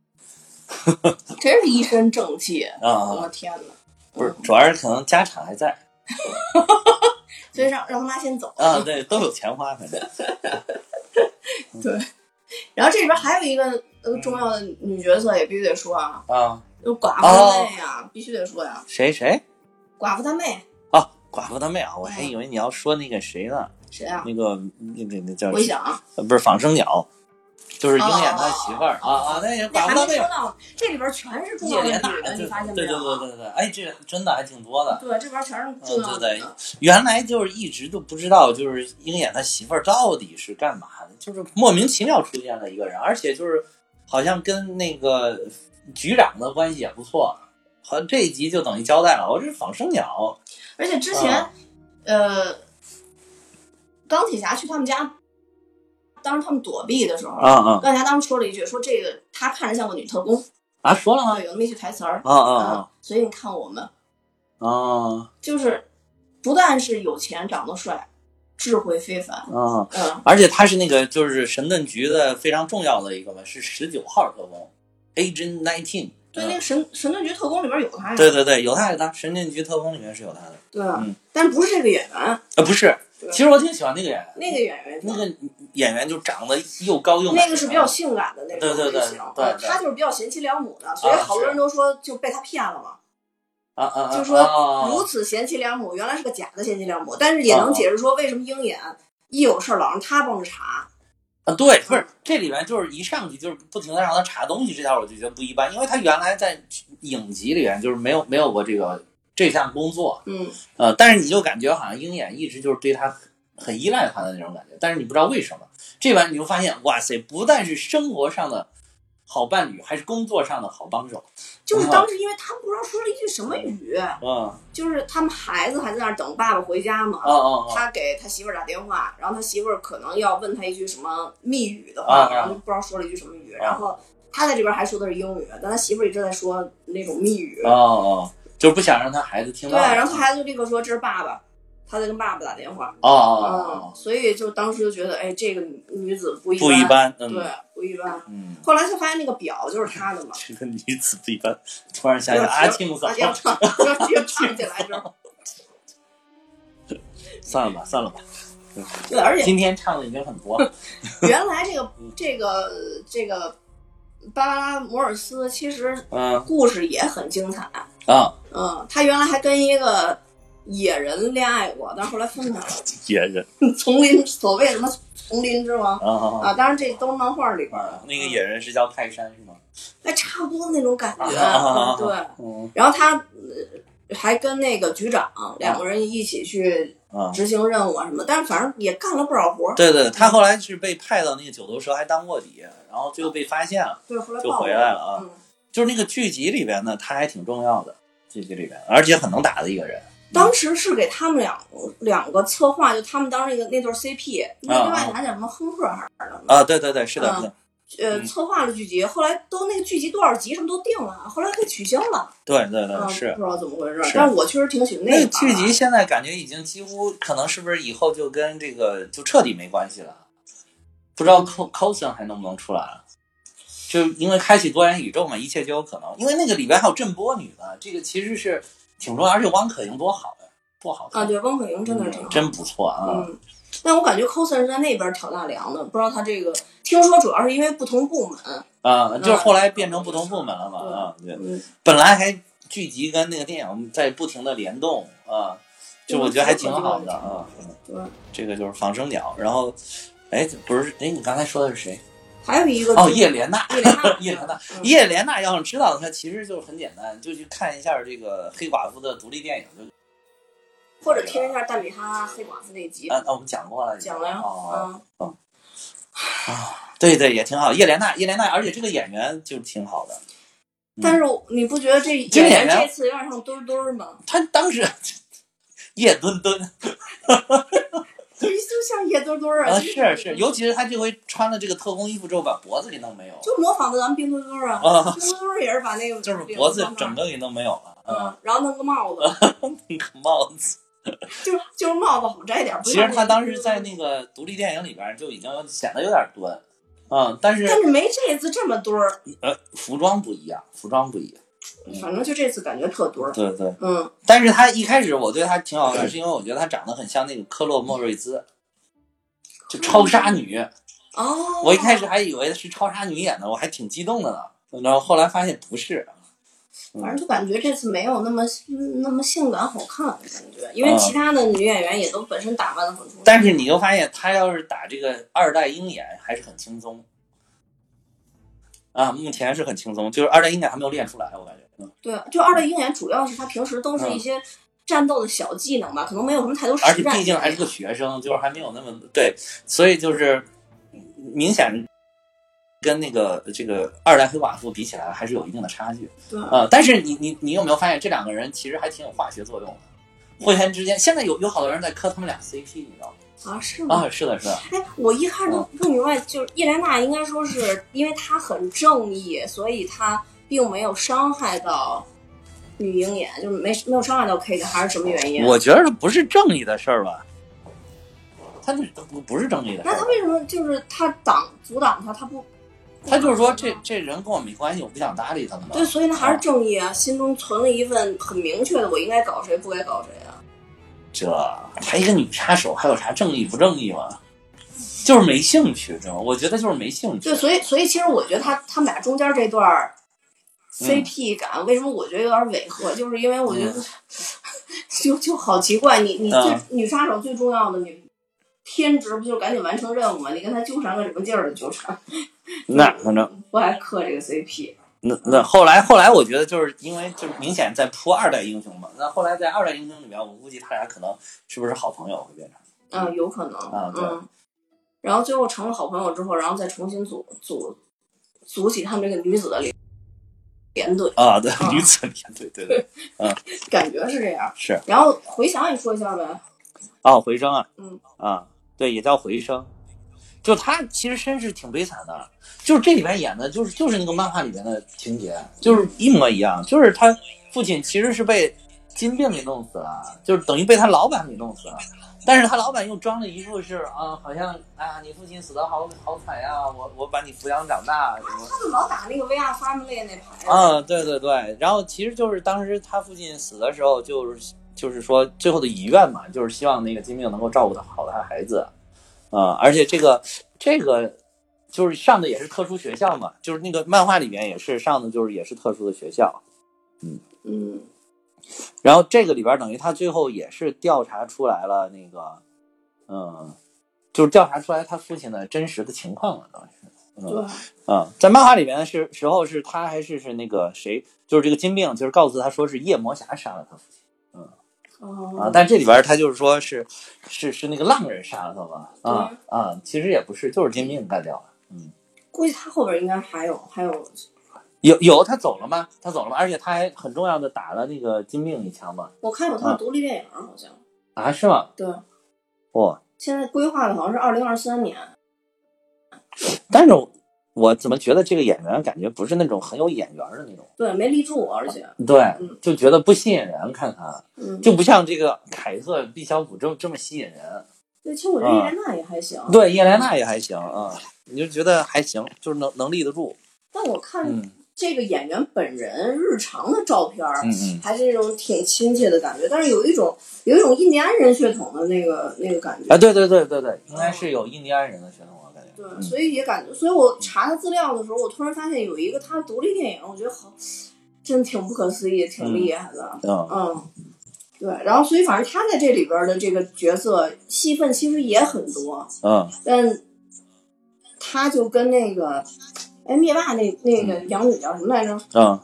真是一身正气我天哪！ 不是，主要是可能家产还在， 所以让他妈先走对，都有钱花，反正。 对，然后这里边还有一个重要的女角色也必须得说就寡妇他妹必须得说呀。 谁？ 寡妇他妹。 寡妇他妹我还以为你要说那个谁呢？ 谁啊？ 那个叫我想不是仿生鸟，就是鹰眼他媳妇儿那也寡妇他妹。 这里边全是重要的女的，你发现没有？ 对，这真的还挺多的。 对，这边全是重要的。 对，原来就是一直都不知道，就是鹰眼他媳妇儿到底是干嘛的，就是莫名其妙出现了一个人，而且就是好像跟那个局长的关系也不错。好像这一集就等于交代了，我这是仿生鸟。 而且之前，钢铁侠去他们家，当时他们躲避的时候，钢铁侠当时说了一句，说这个他看着像个女特工说了吗？ 对，有那么一句台词儿所以你看我们就是不但是有钱长得帅，智慧非凡而且他是那个就是神盾局的非常重要的一个嘛，是19号特工 Agent 19。 对，那个神盾局特工里边有他呀。 对，有他神盾局特工里面是有他的。 对但不是这个演员不是。其实我挺喜欢那个演员。 那个演员就长得又高又美。 那个是比较性感的那种类型。对，他就是比较贤妻良母的，所以好多人都说就被他骗了嘛。就说如此贤妻良母，原来是个假的贤妻良母，但是也能解释说为什么鹰眼一有事老让他帮着查。 对，不是这里面就是一上去就是不停的让他查东西，这条我就觉得不一般，因为他原来在影集里面就是没有过这项工作，但是你就感觉好像鹰眼一直就是对他很依赖他的那种感觉，但是你不知道为什么，这版你就发现，哇塞，不但是生活上的好伴侣，还是工作上的好帮手。 就是当时因为他不知道说了一句什么语，就是他们孩子还在那儿等爸爸回家嘛，他给他媳妇儿打电话，然后他媳妇儿可能要问他一句什么密语的话，然后就不知道说了一句什么语，然后他在这边还说的是英语，但他媳妇儿一直在说那种密语， 就是不想让他孩子听到。 对，然后他孩子就立刻说这是爸爸，他在跟爸爸打电话。所以就当时就觉得，哎，这个女子不一般，对，不一般。后来才发现那个表就是他的嘛。 这个女子不一般，突然想起阿庆嫂， 又唱起来之后， 算了吧。 对，而且今天唱的已经很多了。 原来这个芭芭拉摩尔斯其实故事也很精彩他原来还跟一个野人恋爱过，但是后来分开了。 野人， 丛林，所谓什么丛林之王当然这都是漫画里边的。 那个野人是叫泰山是吗？ 哎，差不多那种感觉。对，然后他还跟那个局长两个人一起去执行任务什么，但是反正也干了不少活。 对，他后来是被派到那个九头蛇还当卧底，然后最后被发现了， 对，后来就回来了就是那个剧集里边呢，他还挺重要的，剧集里边，而且很能打的一个人。 当时是给他们两个策划，就他们当时那对 CP， 另外一个叫什么亨特还是对，是的。 策划了剧集，后来都那个剧集多少集什么都定了，后来给取消了。 对，是不知道怎么回事。但是我确实挺喜欢那个剧集，现在感觉已经几乎可能是不是以后就跟这个就彻底没关系了？不知道Coulson还能不能出来了？就因为开启多元宇宙嘛，一切就有可能。因为那个里边还有郑波女呢，这个其实是挺重要，而且汪可盈多好看对，汪可盈真的是挺好， 真不错但我感觉 Coulson 是在那边挑大梁的，不知道他这个，听说主要是因为不同部门就是后来变成不同部门了嘛对，本来还剧集跟那个电影在不停的联动就我觉得还挺好的对， 这个就是仿生鸟，然后不是你刚才说的是谁？ 还有一个叶莲娜，叶莲娜要是知道她其实就是很简单，就去看一下这个黑寡妇的独立电影就。 或者听一下蛋比哈黑寡妇那集我们讲过了， 讲了呀对，也挺好。叶莲娜，而且这个演员就挺好的。 但是你不觉得这演员这次有点像墩墩吗？ 他当时叶墩墩， 就像叶墩墩是，尤其是他这回穿了这个特工衣服之后，把脖子给弄没有了， 就模仿的咱们冰墩墩冰墩墩也是把那个就是脖子整个给弄没有了然后弄个帽子，就是帽子好摘点。 其实他当时在那个独立电影里边就已经显得有点墩但是没这次这么墩儿服装不一样反正就这次感觉特墩儿对但是他一开始我对他挺好看是因为我觉得他长得很像那个科洛莫瑞兹，就超杀女我一开始还以为是超杀女演的，我还挺激动的呢，然后后来发现不是反正就感觉这次没有那么性感好看的感觉，因为其他的女演员也都本身打扮的很出色。 但是你又发现她要是打这个二代鹰眼还是很轻松目前是很轻松，就是二代鹰眼还没有练出来，我感觉对，就二代鹰眼主要是他平时都是一些战斗的小技能吧，可能没有什么太多实战， 而且毕竟还是个学生，就是还没有那么对，所以就是明显跟那个这个二代黑寡妇比起来还是有一定的差距。 对但是你有没有发现这两个人其实还挺有化学作用的？互相之间，现在有好多人在磕他们俩 CP，你知道吗？ 是吗？ 是的。 我一看就不明白，就是叶莲娜应该说是因为她很正义，所以她并没有伤害到女鹰眼，就是没有伤害到 Kate， 还是什么原因？ 我觉得不是正义的事儿吧。他不是正义的事儿。 那他为什么就是他阻挡他？ 他就是说这人跟我没关系，我不想搭理他们。 对，所以他还是正义心中存了一份很明确的，我应该搞谁，不该搞谁他一个女杀手还有啥正义不正义吗？就是没兴趣，知道吗？我觉得就是没兴趣。 对，所以其实我觉得他们俩中间这段 CP 感，为什么我觉得有点违和？就是因为我觉得就好奇怪，你女杀手最重要的天职不就是赶紧完成任务吗？你跟他纠缠个什么劲儿的纠缠？ 那反正不爱磕这个 CP。 那后来我觉得就是因为就是明显在铺二代英雄嘛，那后来在二代英雄里面，我估计他俩可能是不是好朋友会变成有可能对然后最后成了好朋友之后，然后再重新组起他们这个女子的连队对女子连队对感觉是这样是。 然后回响也说一下呗。 回声对，也叫回声。就他其实身世挺悲惨的，就是这里边演的就是那个漫画里边的情节，就是一模一样。就是他父亲其实是被金病给弄死了，就是等于被他老板给弄死了。但是他老板又装了一副是好像你父亲死得好惨呀，我把你抚养长大。 他们老打那个 VR Family 那牌。 对。然后其实就是当时他父亲死的时候，就是就是说最后的遗愿嘛，就是希望那个金命能够照顾好他孩子，而且这个就是上的也是特殊学校嘛，就是那个漫画里面也是上的就是也是特殊的学校，然后这个里边等于他最后也是调查出来了那个，就是调查出来他父亲的真实的情况了，当时，在漫画里面时候是他还是那个谁，就是这个金并就是告诉他说是夜魔侠杀了他父亲，但这里边他就是说是那个浪人杀了他嘛，其实也不是，就是金并干掉了， 估计他后边应该还有。 有他走了吗？而且他还很重要的打了那个金并一枪嘛。 我看有他的独立电影，好像。 啊，是吗？ 对。 现在规划的好像是2023年。 但是我怎么觉得这个演员感觉不是那种很有眼缘的那种？ 对，没立住，而且。 对，就觉得不吸引人，看他，就不像这个凯特·毕肖普这么吸引人。 对，其实我觉得叶莲娜也还行。 对，叶莲娜也还行你就觉得还行，就是能立得住。 但我看这个演员本人日常的照片，还是那种挺亲切的感觉，但是有一种印第安人血统的那个感觉。 对，应该是有印第安人的血统的感觉。 对，所以也感觉，所以我查他资料的时候，我突然发现有一个他独立电影，我觉得好，真挺不可思议，挺厉害的。对，然后所以反正他在这里边的这个角色戏份其实也很多。但他就跟那个。灭霸那个养女叫什么来着？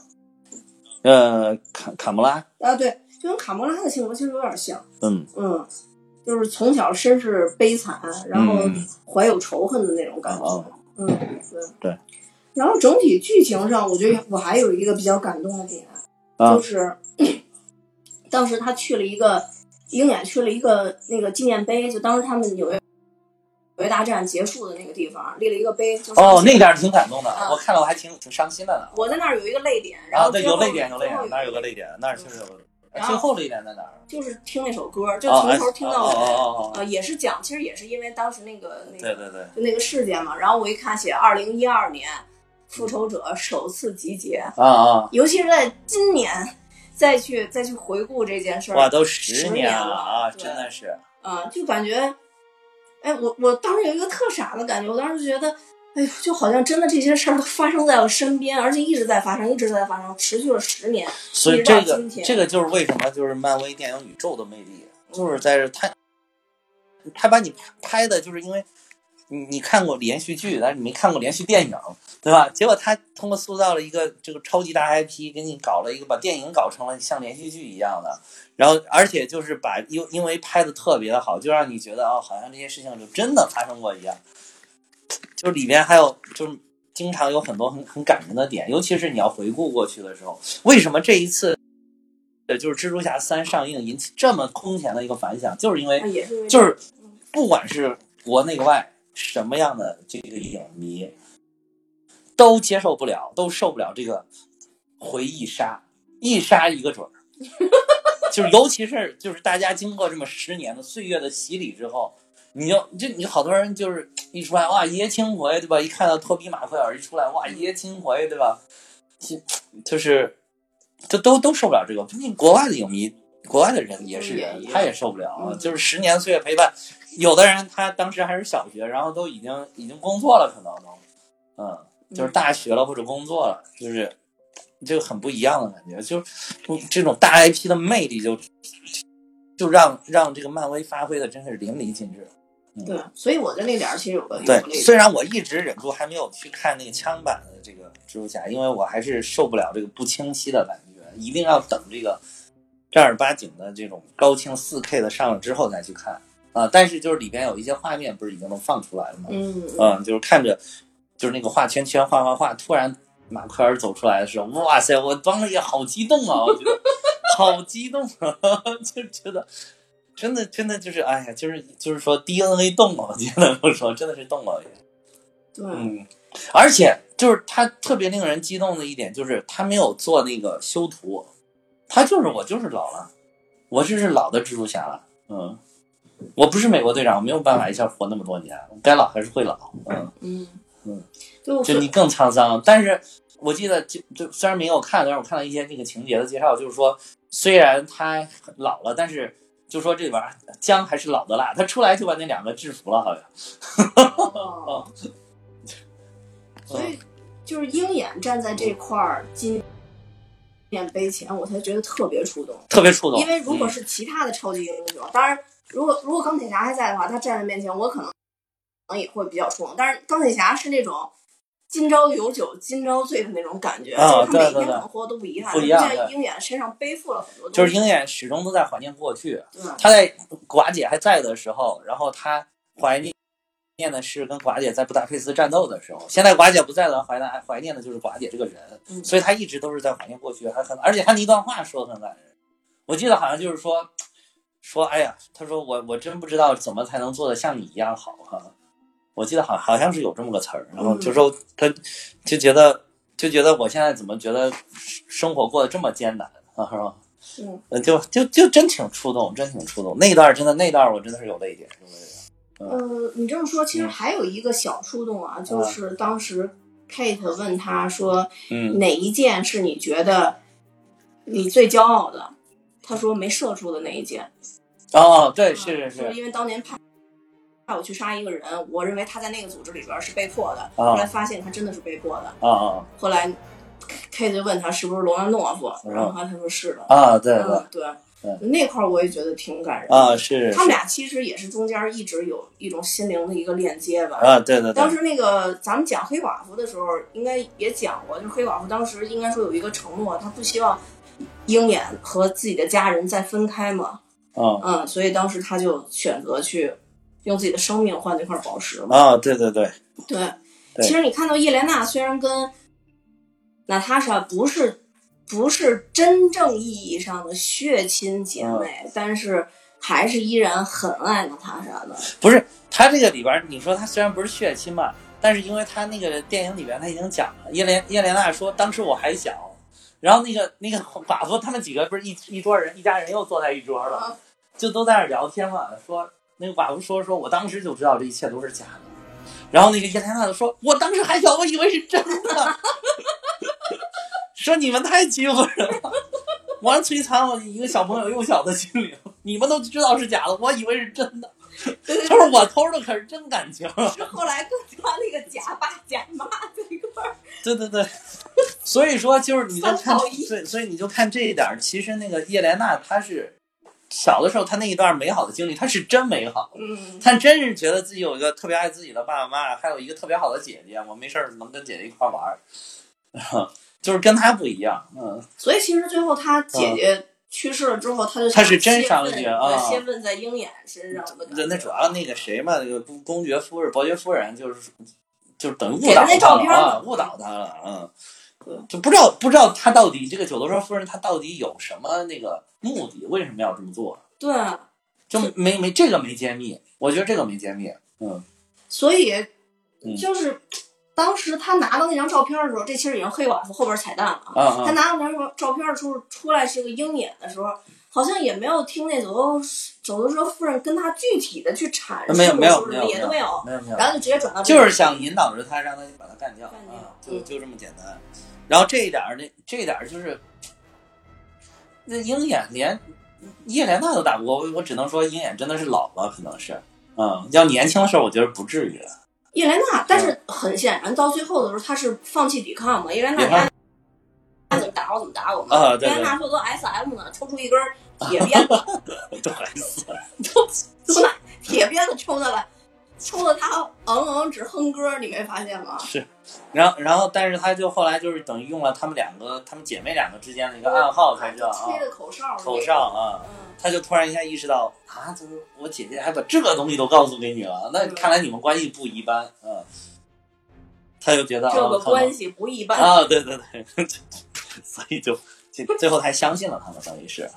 卡穆拉啊，对，就跟卡穆拉的性格其实有点像。就是从小身世悲惨，然后怀有仇恨的那种感觉。 对。 然后整体剧情上，我觉得我还有一个比较感动的点，就是当时他去了一个鹰眼去了一个那个纪念碑，就当时他们纽约大战结束的那个地方立了一个碑， 那点挺感动的，我看了我还挺伤心的呢。 我在那儿有一个泪点，然后对，有泪点，那儿有个泪点，那儿确实有。最后泪点在哪儿？ 就是听那首歌，就从头听到尾，也是讲，其实也是因为当时那个对， 就那个事件嘛。然后我一看写2012年复仇者首次集结尤其是在今年再去回顾这件事儿， 哇，都10年了真的是就感觉。我当时有一个特傻的感觉，我当时就觉得，哎呦，就好像真的这些事儿都发生在我身边，而且一直在发生，持续了10年。 所以这个就是为什么就是漫威电影宇宙的魅力，就是在这他把你拍的，就是因为你看过连续剧，但是你没看过连续电影，对吧？结果他通过塑造了一个这个超级大 IP， 给你搞了一个把电影搞成了像连续剧一样的。然后，而且就是因为拍的特别的好，就让你觉得好像这些事情就真的发生过一样。就是里边还有就是经常有很多很感人的点，尤其是你要回顾过去的时候，为什么这一次就是蜘蛛侠3上映引起这么空前的一个反响，就是因为就是不管是国内外什么样的这个影迷都接受不了，都受不了这个回忆杀，一杀一个准儿。就是尤其是就是大家经过这么10年的岁月的洗礼之后，你好多人就是一出来哇爷青回，对吧？一看到托比马奎尔一出来哇爷青回，对吧？就是就都受不了这个。国外的影迷，国外的人也是人，他也受不了。就是10年岁月陪伴，有的人他当时还是小学，然后都已经工作了，可能都就是大学了或者工作了，就是这个很不一样的感觉，就是这种大 IP 的魅力就让这个漫威发挥的真是淋漓尽致。 对，所以我的那点其实有个对，虽然我一直忍住还没有去看那个枪版的这个蜘蛛侠，因为我还是受不了这个不清晰的感觉，一定要等这个正儿八经的这种高清 4K 的上了之后再去看但是就是里边有一些画面不是已经能放出来了吗？就是看着就是那个画圈圈画，突然马奎尔走出来的时候，哇塞，我当时也好激动啊，我觉得好激动啊，就觉得真的就是哎呀，就是说 DNA 动了，我觉得我说真的是动了也。 对， 而且就是他特别令人激动的一点就是他没有做那个修图，他就是我就是老了，我就是老的蜘蛛侠了，我不是美国队长，我没有办法一下活那么多年，该老还是会老，就你更沧桑。但是我记得就虽然没有看，但是我看了一些这个情节的介绍，就是说虽然他老了，但是就说这里边姜还是老的辣，他出来就把那两个制服了，好像。 所以就是鹰眼站在这块儿纪念碑前，我才觉得特别触动， 特别触动。 因为如果是其他的超级英雄，当然如果钢铁侠还在的话，他站在面前，我可能也会比较触动。但是钢铁侠是那种今朝有酒今朝醉的那种感觉，就是他每天可能活都不一样。不像鹰眼身上背负了很多东西， 就是鹰眼始终都在怀念过去。他在寡姐还在的时候，然后他怀念的是跟寡姐在布达佩斯战斗的时候。现在寡姐不在了，怀念的就是寡姐这个人，所以他一直都是在怀念过去。而且他那一段话说的很感人，我记得好像就是说，哎呀，他说我真不知道怎么才能做得像你一样好哈。我记得好像是有这么个词儿，然后就说他就觉得我现在怎么觉得生活过得这么艰难啊，是吧？就真挺触动，真挺触动。那段我真的是有泪点。 你这么说，其实还有一个小触动啊，就是当时 Kate 问他说，哪一件是你觉得你最骄傲的？他说没射出的那一件。 哦，对，是， 就是因为当年派我去杀一个人，我认为他在那个组织里边是被迫的，后来发现他真的是被迫的。后来 Kate 问他是不是罗兰诺夫，然后他说是的。对。那块我也觉得挺感人的是他们俩其实也是中间一直有一种心灵的一个链接吧。 对。 当时那个咱们讲黑寡妇的时候，应该也讲过，就是黑寡妇当时应该说有一个承诺，她不希望鹰眼和自己的家人再分开嘛。所以当时他就选择去用自己的生命换那块宝石嘛。 对。 其实你看到叶莲娜虽然跟娜塔莎不是真正意义上的血亲姐妹，但是还是依然很爱娜塔莎的。 不是，他这个里边你说他虽然不是血亲嘛，但是因为他那个电影里边他已经讲了，叶莲娜说当时我还小，然后那个寡妇他们几个不是一桌人，一家人又坐在一桌了，就都在那聊天嘛，说那个寡妇说我当时就知道这一切都是假的，然后那个叶莲娜就说我当时还小，我以为是真的。说你们太欺负人了，我摧残我一个小朋友幼小的心灵，你们都知道是假的，我以为是真的。他说我偷的可是真感情。 是后来更加那个假爸假妈这一块。 对。所以说就是你就看，对，所以你就看这一点，其实那个叶莲娜她是小的时候，她那一段美好的经历，她是真美好。她真是觉得自己有一个特别爱自己的爸爸妈妈，还有一个特别好的姐姐，我没事能跟姐姐一块玩。就是跟他不一样。 所以其实最后他姐姐去世了之后， 他是真伤心先问在鹰眼身上的。 那主要那个谁嘛，那个伯爵夫人就是等于误导他了。就不知道他到底这个九头蛇夫人他到底有什么那个目的，为什么要这么做？ 对， 就没这个没揭秘，我觉得这个没揭秘。 所以就是当时他拿到那张照片的时候，这其实已经黑寡妇后边彩蛋了。他拿到那张照片的时候，出来是个鹰眼的时候，好像也没有听那九头蛇夫人跟他具体的去阐述， 没有， 也都没有，然后就直接转到就是想引导着他，让他把他干掉，就这么简单。然后这一点就是那鹰眼连叶莲娜都打不过，我只能说鹰眼真的是老了，可能是要年轻的时候我觉得不至于了。 叶莲娜，但是很显然到最后的时候，他是放弃抵抗嘛。叶莲娜怎么打我怎么打我嘛。叶莲娜说都 SM 呢，抽出一根铁鞭子，都拿铁鞭子抽的了，抽的他直哼歌，你没发现吗？ 是，然后，但是他就后来就是等于用了他们姐妹两个之间的一个暗号，才叫吹的口哨他就突然一下意识到就是我姐姐还把这个东西都告诉给你了，那看来你们关系不一般。他就觉得这个关系不一般对，所以就最后还相信了他们，等于是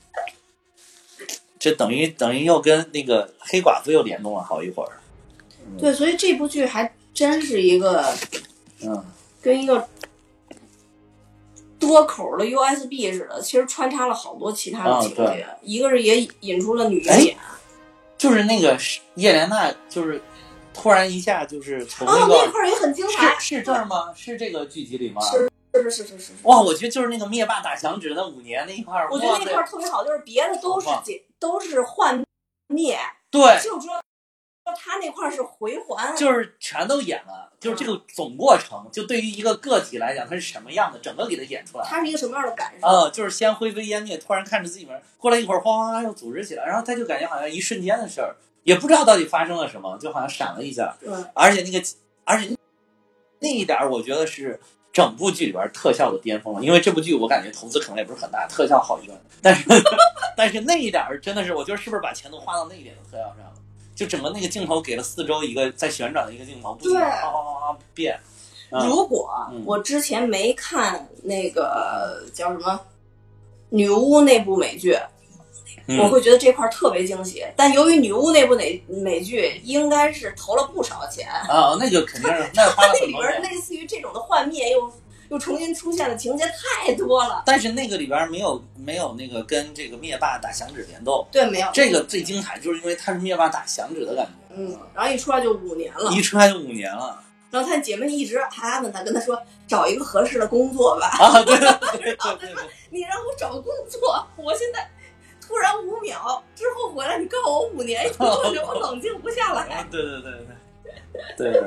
这等于又跟那个黑寡妇又联动了好一会儿。 对，所以这部剧还真是一个跟一个多口的 USB 似的，其实穿插了好多其他的情节。一个是也引出了女鹰眼， 就是那个叶莲娜，就是突然一下就是从那块也很精彩。 是这儿吗？是这个剧集里吗？ 是是。 哇，我觉得就是那个灭霸打响指那5年那一块， 我觉得那块特别好，就是别的都是幻灭， 对， 就说他那块是回环， 就是全都演了，就是这个总过程，就对于一个个体来讲，它是什么样的，整个给他演出来。 他是一个什么样的感受？ 就是先灰飞烟灭，突然看着自己门，过来一会儿哗哗又组织起来，然后他就感觉好像一瞬间的事儿，也不知道到底发生了什么，就好像闪了一下。而且那一点我觉得是整部剧里边特效的巅峰了，因为这部剧我感觉投资可能也不是很大，特效好一段，但是那一点真的是，我觉得是不是把钱都花到那一点的特效上了？就整个那个镜头给了4周一个在旋转的一个镜头，不停变。 如果我之前没看那个叫什么女巫那部美剧，我会觉得这块特别惊喜。但由于女巫那部美剧应该是投了不少钱那就肯定是那花了很多钱。 里边类似于这种的幻灭又重新出现的情节太多了， 但是那个里边没有那个跟这个灭霸打响指联动。 对，没有。 这个最精彩，就是因为它是灭霸打响指的感觉。 然后一出来就5年了。 然后他姐妹一直还问他，跟他说找一个合适的工作吧。 对。 你让我找工作，我现在突然5秒之后回来，你告我5年，我冷静不下来。 对。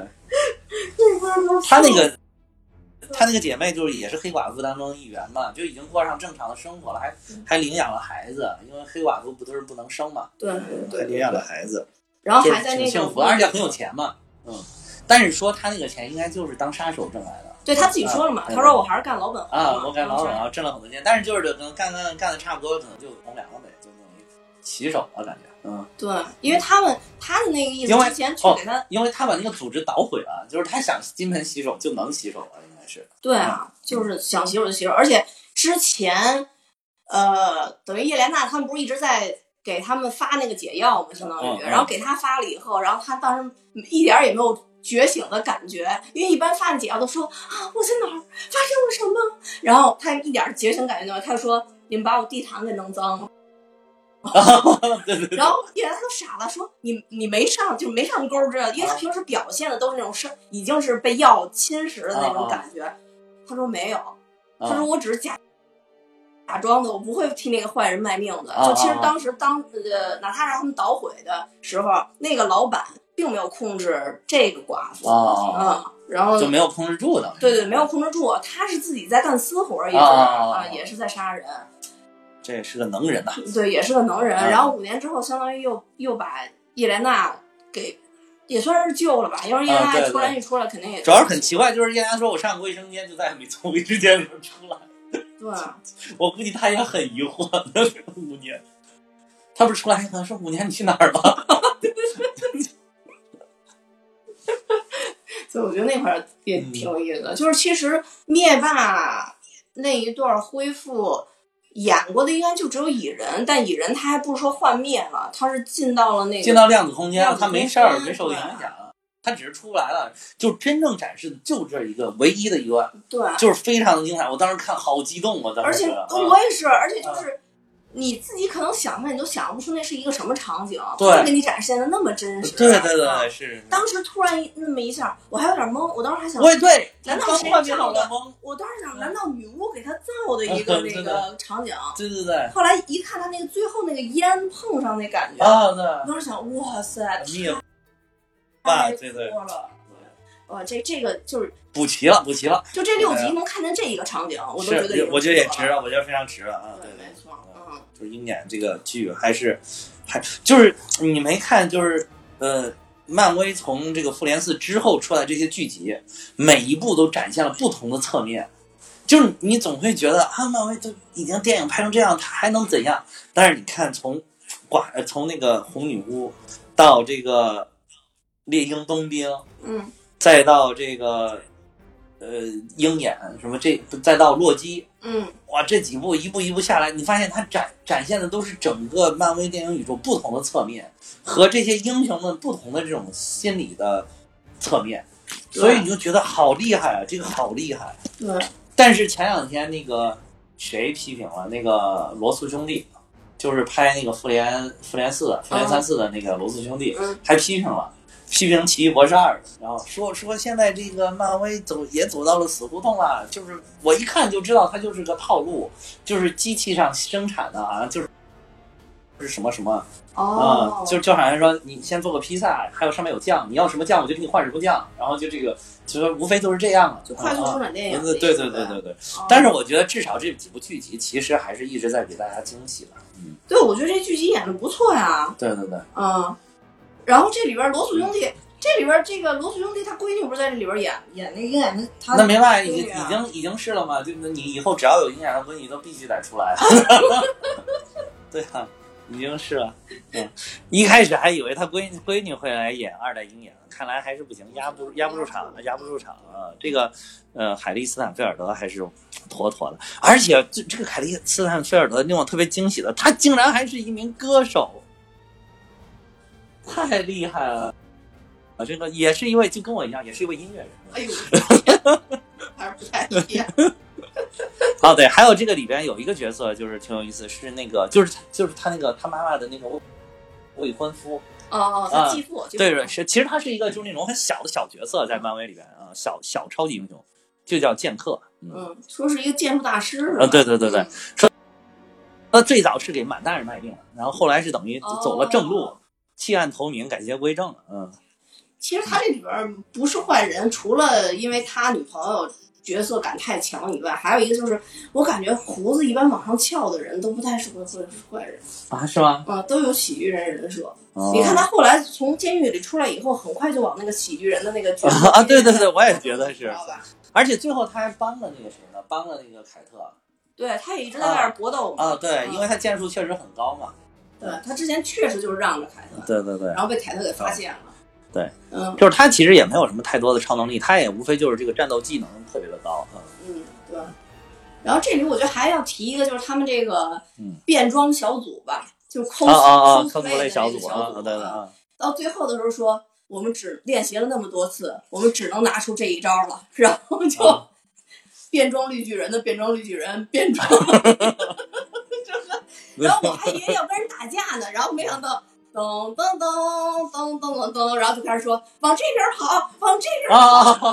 他那个姐妹就是也是黑寡妇当中的一员嘛，就已经过上正常的生活了，还领养了孩子，因为黑寡妇不都是不能生嘛。 对， 领养了孩子， 然后还在那个幸福，而且很有钱嘛。但是说他那个钱应该就是当杀手挣来的。 对，他自己说了嘛，他说我还是干老本行我干老本行挣了很多钱，但是就是可能干的差不多，可能就从2个呗，就等于骑手了感觉。 对，因为他的那个意思之前去给他， 因为他把那个组织捣毁了，就是他想金盆洗手就能洗手了，应该是。 对啊，就是想洗手就洗手，而且之前等于叶莲娜他们不是一直在给他们发那个解药嘛，相当于，然后给他发了以后，然后他当时一点也没有觉醒的感觉，因为一般发的解药都说我在哪儿发生了什么，然后他一点觉醒感觉没有，他说你们把我地毯给弄脏了。 对。 然后叶莲娜都傻了，说你没上钩这，因为他平时表现的都是那种已经是被药侵蚀的那种感觉。他说没有，他说我只是假装的，我不会替那个坏人卖命的。就其实当时哪怕让他们捣毁的时候，那个老板并没有控制这个寡妇然后就没有控制住的。 对，没有控制住，他是自己在干私活，也是在杀人。 这也是个能人呐。 对，也是个能人。然后5年之后，相当于又把叶莲娜给也算是救了吧，要是叶莲娜一出来肯定也主要是很奇怪，就是叶莲娜说我上过卫生间，就再也没从卫生间里面出来。 对， 我估计他也很疑惑那5年，他不是出来可能说5年你去哪儿了？ 所以我觉得那块也挺有意思的，就是其实灭霸那一段恢复演过的应该就只有蚁人，但蚁人他还不是说幻灭了，他是进到量子空间，他没事儿，没受影响，他只是出不来了。就真正展示的就这一个唯一的一段， 对， 就是非常的精彩。我当时看好激动，我当时觉得， 而且我也是，而且就是你自己可能想象你都想不出那是一个什么场景， 对， 给你展现的那么真实。 对，是。 当时突然那么一下，我还有点懵，我当时还想， 对， 难道谁造的？我当时想，难道女巫给他造的一个那个场景？ 对。 后来一看他那个最后那个烟碰上那感觉对， 我当时想，哇塞， 太多了。这个就是补齐了。 就这6集能看见这一个场景，我都觉得我觉得也值了，我觉得非常值了对，没错。 就是鹰眼这个剧还就是你没看，就是漫威从这个复联4之后出来这些剧集，每一部都展现了不同的侧面。就是你总会觉得漫威都已经电影拍成这样，他还能怎样？但是你看从那个红女巫到这个猎鹰冬兵，再到这个鹰眼什么再到洛基，哇，这几部一步下来，你发现它展现的都是整个漫威电影宇宙不同的侧面和这些英雄们不同的这种心理的侧面，所以你就觉得好厉害啊，这个好厉害。 对。 但是前2天那个谁批评了那个罗素兄弟，就是拍那个复联3、复联3、4的那个罗素兄弟，还批评了。 批评奇异博士2，然后说现在这个漫威走到了死胡同了，就是我一看就知道它就是个套路，就是机器上生产的，好像就是什么什么就好像说你先做个披萨，还有上面有酱，你要什么酱我就给你换什么酱，然后就这个就说无非都是这样了， 就快速生产电影。 对。但是我觉得至少这几部剧集其实还是一直在给大家惊喜的。 对，我觉得这剧集演的不错呀。 对。 然后这里边罗素兄弟，这个罗素兄弟他闺女不是在这里边演那个鹰眼的，他那明白已经是了嘛？就你以后只要有鹰眼的闺女都必须得出来。对啊，已经是了。一开始还以为他闺女会来演2代鹰眼，看来还是不行，压不住场啊！这个海莉斯坦菲尔德还是妥妥的，而且这个海莉斯坦菲尔德令我特别惊喜的，他竟然还是一名歌手。太厉害了！这个也是一位，就跟我一样，也是一位音乐人。 哎呦，还是不太一样。 对，还有这个里边有一个角色就是挺有意思，是那个就是他那个他妈妈的那个未婚夫。 他继父。 对，其实他是一个就是那种很小的小角色，在漫威里边小超级英雄，就叫剑客。 说是一个剑术大师。 对。说他最早是给满大人卖命，然后后来是等于走了正路。弃暗投明，改邪归正。 其实他这里边不是坏人，除了因为他女朋友角色感太强以外，还有一个就是我感觉胡子一般往上翘的人都不太适合做坏人啊？是吗？ 都有喜剧人人设。你看他后来从监狱里出来以后，很快就往那个喜剧人的那个角色对，我也觉得是。而且最后他还帮了那个谁呢？帮了那个凯特。 对，他也一直在那儿搏斗嘛。 对，因为他剑术确实很高嘛。 对，他之前确实就是让着凯特。对。然后被凯特给发现了。 对，就是他其实也没有什么太多的超能力，他也无非就是这个战斗技能特别的高。 对。然后这里我觉得还要提一个，就是他们这个变装小组吧，就是 cosplay 小组对。 到最后的时候说，我们只练习了那么多次，我们只能拿出这一招了，然后就变装绿巨人的变装绿巨人变装。然后我还以为要跟人打架呢，然后没想到噔噔噔噔噔噔噔，然后就开始说往这边跑，往这边跑。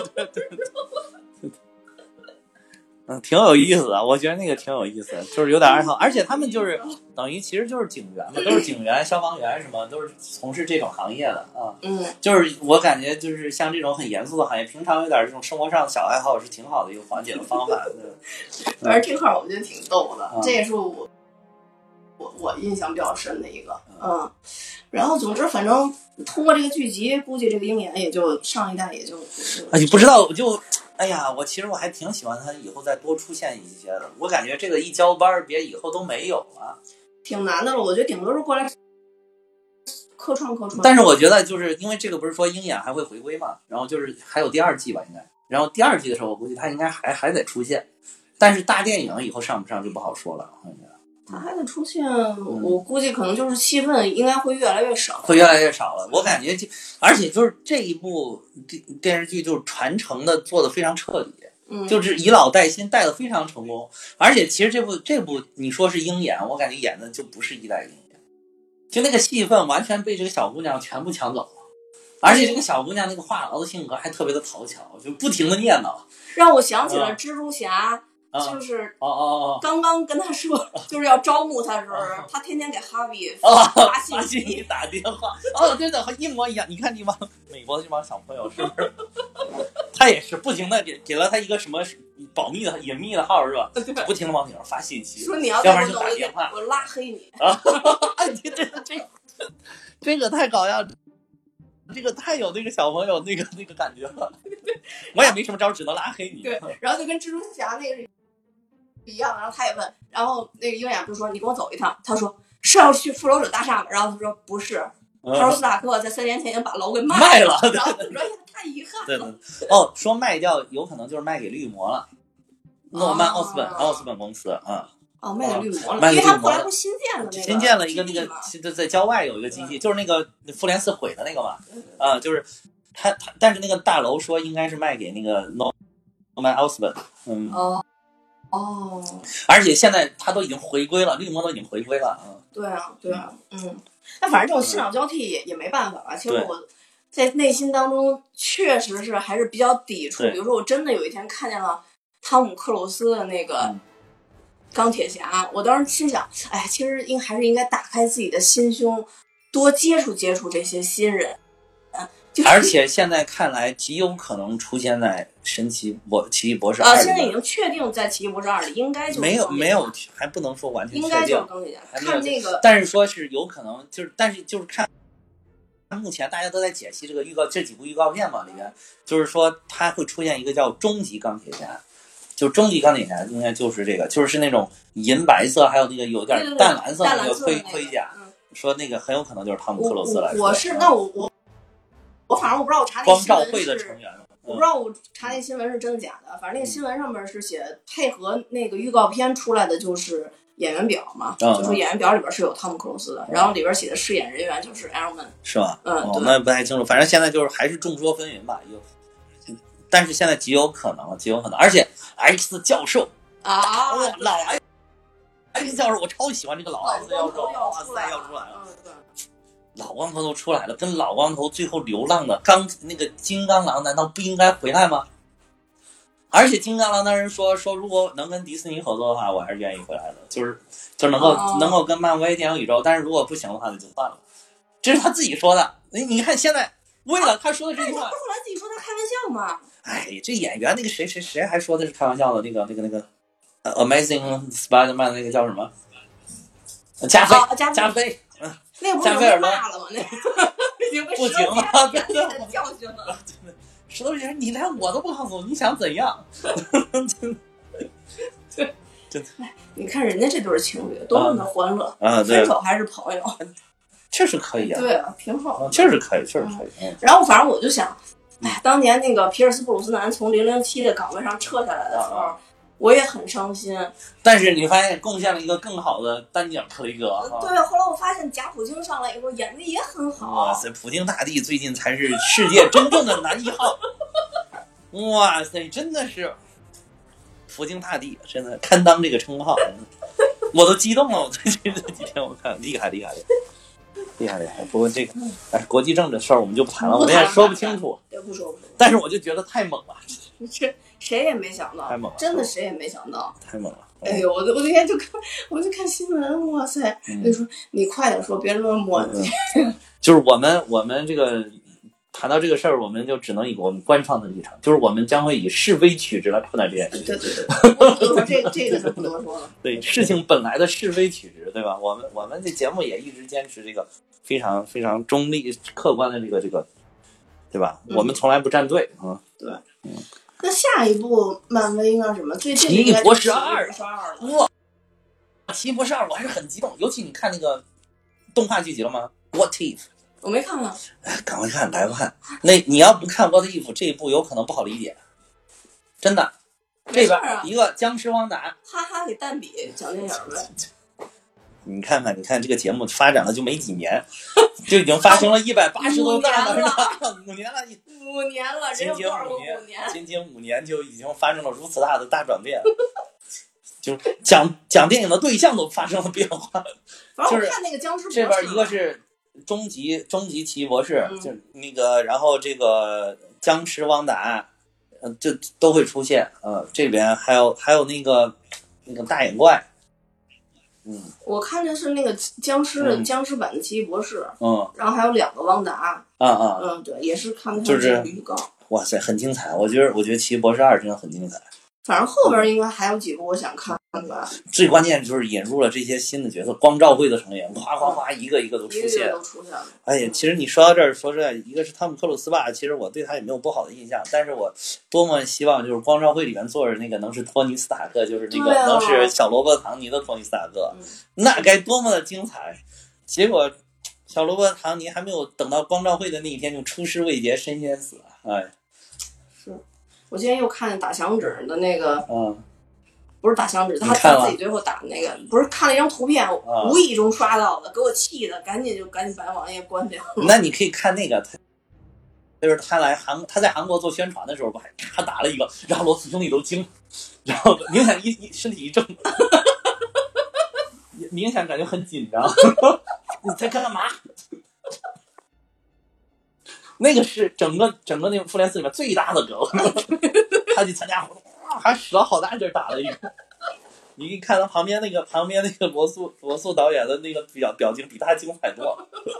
对，挺有意思的，我觉得那个挺有意思的，就是有点爱好，而且他们就是等于其实就是警员嘛，都是警员、消防员什么，都是从事这种行业的啊。就是我感觉就是像这种很严肃的行业，平常有点这种生活上的小爱好是挺好的一个缓解的方法。 反正这块我觉得挺逗的，这也是我印象比较深的一个。然后总之反正通过这个剧集，估计这个鹰眼也就上一代也就不知道就。哎呀，我其实还挺喜欢他以后再多出现一些的。我感觉这个一交班，别以后都没有了， 挺难的了。我觉得顶多是过来客串。 但是我觉得就是因为这个不是说鹰眼还会回归嘛，然后就是还有第2季吧，应该。然后第2季的时候，我估计他应该还得出现，但是大电影以后上不上就不好说了。 他还得出现，我估计可能就是戏份应该会越来越少， 了。我感觉而且就是这一部电视剧就是传承的做的非常彻底，就是以老带新，带的非常成功。而且其实这部你说是鹰眼，我感觉演的就不是1代鹰眼，就那个戏份完全被这个小姑娘全部抢走了。而且这个小姑娘那个话痨的性格还特别的讨巧，就不停的念叨， 让我想起了蜘蛛侠。就是刚刚跟他说就是要招募他的时候，他天天给哈维发信息打电话。对的，一模一样。你看这帮美国的这帮小朋友是不是？他也是不停的给了他一个什么保密的隐秘的号是吧？不停的往顶上发信息， 说你要不然就打电话， 我拉黑你。 这个太搞笑。这个太有那个小朋友那个感觉了。我也没什么招，只能拉黑你。 对，然后就跟蜘蛛侠那个一样，然后他也问，然后那个鹰眼就说你跟我走一趟，他说是要去复仇者大厦吗？然后他说不是，哈罗斯塔克在3年前已经把楼给卖了。然后他说太遗憾了。 说卖掉有可能就是卖给绿魔了，诺曼奥斯本公司啊。 卖给绿魔了，因为他后来不是新建了一个那个在郊外有一个基地，就是那个复联4毁的那个嘛。就是他但是那个大楼说应该是卖给那个诺曼奥斯本。而且现在他都已经回归了，绿魔都已经回归了。 对啊。那反正这种新老交替也没办法吧。其实在内心当中确实是还是比较抵触。比如说，我真的有一天看见了汤姆克鲁斯的那个钢铁侠，我当时心想，哎，其实还是应该打开自己的心胸，多接触接触这些新人。 而且现在看来极有可能出现在奇异博士2里。 现在已经确定在奇异博士2里应该就是没有，还不能说完全确定， 应该就是钢铁侠。看那个， 但是说是有可能，但是就是看目前大家都在解析这个这几部预告片嘛，里面就是说它会出现一个叫终极钢铁侠，就终极钢铁侠应该就是这个，就是那种银白色，还有那个有点淡蓝色那个盔甲，说那个很有可能就是汤姆克鲁斯来说。 我反正我不知道我查那光照会的成员， 我不知道我查那新闻是真的假的，反正那个新闻上面是写配合那个预告片出来的就是演员表嘛，就说演员表里边是有汤姆克鲁斯的，然后里边写的饰演人员就是 Iron Man， 是吧？那不太清楚，反正现在就是还是众说纷纭吧，但是现在极有可能，而且 X 教授老 X 教授，我超喜欢这个老 X 教授，哇塞，要出来了。老光头都出来了，跟老光头最后流浪的那个金刚狼难道不应该回来吗？而且金刚狼当时说如果能跟迪士尼合作的话，我还是愿意回来的，就是能够跟漫威电影宇宙，但是如果不行的话那就算了。这是他自己说的。你看现在为了他说的这句话， 他不后来自己说他开玩笑吗？ 哎，这演员那个谁还说的是开玩笑的，那个Amazing Spider-Man 那个叫什么？加菲。 那不是被骂了吗？那不行了， 真的教训了。 石头姐，你连我都不告诉我，你想怎样？真的， 你看人家这对情侣多么的欢乐分手还是朋友， 确实可以啊。 对啊，挺好， 确实可以。 然后反正我就想，哎，当年那个皮尔斯布鲁斯南从007的岗位上撤下来的时候。我也很伤心， 但是你发现贡献了一个更好的单井克雷格。 对，后来我发现贾普京上来以后演的也很好。 哇塞，普京大帝最近才是世界真正的男一号。哇塞，真的是普京大帝，真的堪当这个称号，我都激动了。我最近这几天我看厉害。不过这个，但是国际政治的事儿我们就不谈了，我们也说不清楚。 不说。但是我就觉得太猛了。 谁也没想到， 太猛了， 真的谁也没想到， 太猛了。 哎呦，我那天我就看新闻，哇塞！就说你快点说，别那么磨叽。 就是我们这个谈到这个事儿，我们就只能以我们官方的立场，就是我们将会以是非曲直来判断这件事情。 对，这个就不多说了。 对，事情本来的是非曲直，对吧？我们这节目也一直坚持这个非常非常中立客观的这个，对吧？我们从来不站队啊。 对，那下一部漫威应该什么？最近奇异博士2， 哇！ 奇异博士2我还是很激动，尤其你看那个动画剧集了吗 ？What If？ 我没看呢。 赶快看，来看。那你要不看 What If 这一部有可能不好理解，真的。这边一个僵尸汪达， 哈哈给蛋比讲电影呗。 你看这个节目发展了就没几年，就已经发生了180多弹了，是吧？5年了，仅仅5年就已经发生了如此大的大转变，就讲电影的对象都发生了变化。 就是看那个僵尸博士， 这边一个是终极奇异博士，就那个，然后这个僵尸汪达，就都会出现。这边还有那个大眼怪。 我看见是那个僵尸版的奇异博士，然后还有2个汪达，对，也是看的就是预告。 哇塞，很精彩！我觉得奇异博士2真的很精彩。 反正后边应该还有几部我想看吧。 最关键就是引入了这些新的角色，光照会的成员，哗一个一个都出现了。哎呀，其实你说到这儿，说实在，一个是汤姆克鲁斯吧，其实我对他也没有不好的印象，但是我多么希望就是光照会里面坐着那个能是托尼斯塔克，就是那个能是小罗伯特唐尼的托尼斯塔克，那该多么的精彩！结果小罗伯特唐尼还没有等到光照会的那一天就出师未捷身先死，哎。 我今天又看打响指的那个，不是打响指，他自己最后打那个，不是看了一张图片，无意中刷到的，给我气的，赶紧把网页关掉。 那你可以看那个，就是他在韩国做宣传的时候，不还咔打了一个，然后罗斯兄弟都惊，然后明显身体一怔，明显感觉很紧张。你在干嘛？ 那个是整个那个复联4里面最大的梗，他去参加活动，还使了好大劲打了一个。你一看他旁边那个罗素导演的那个表情比他精彩多，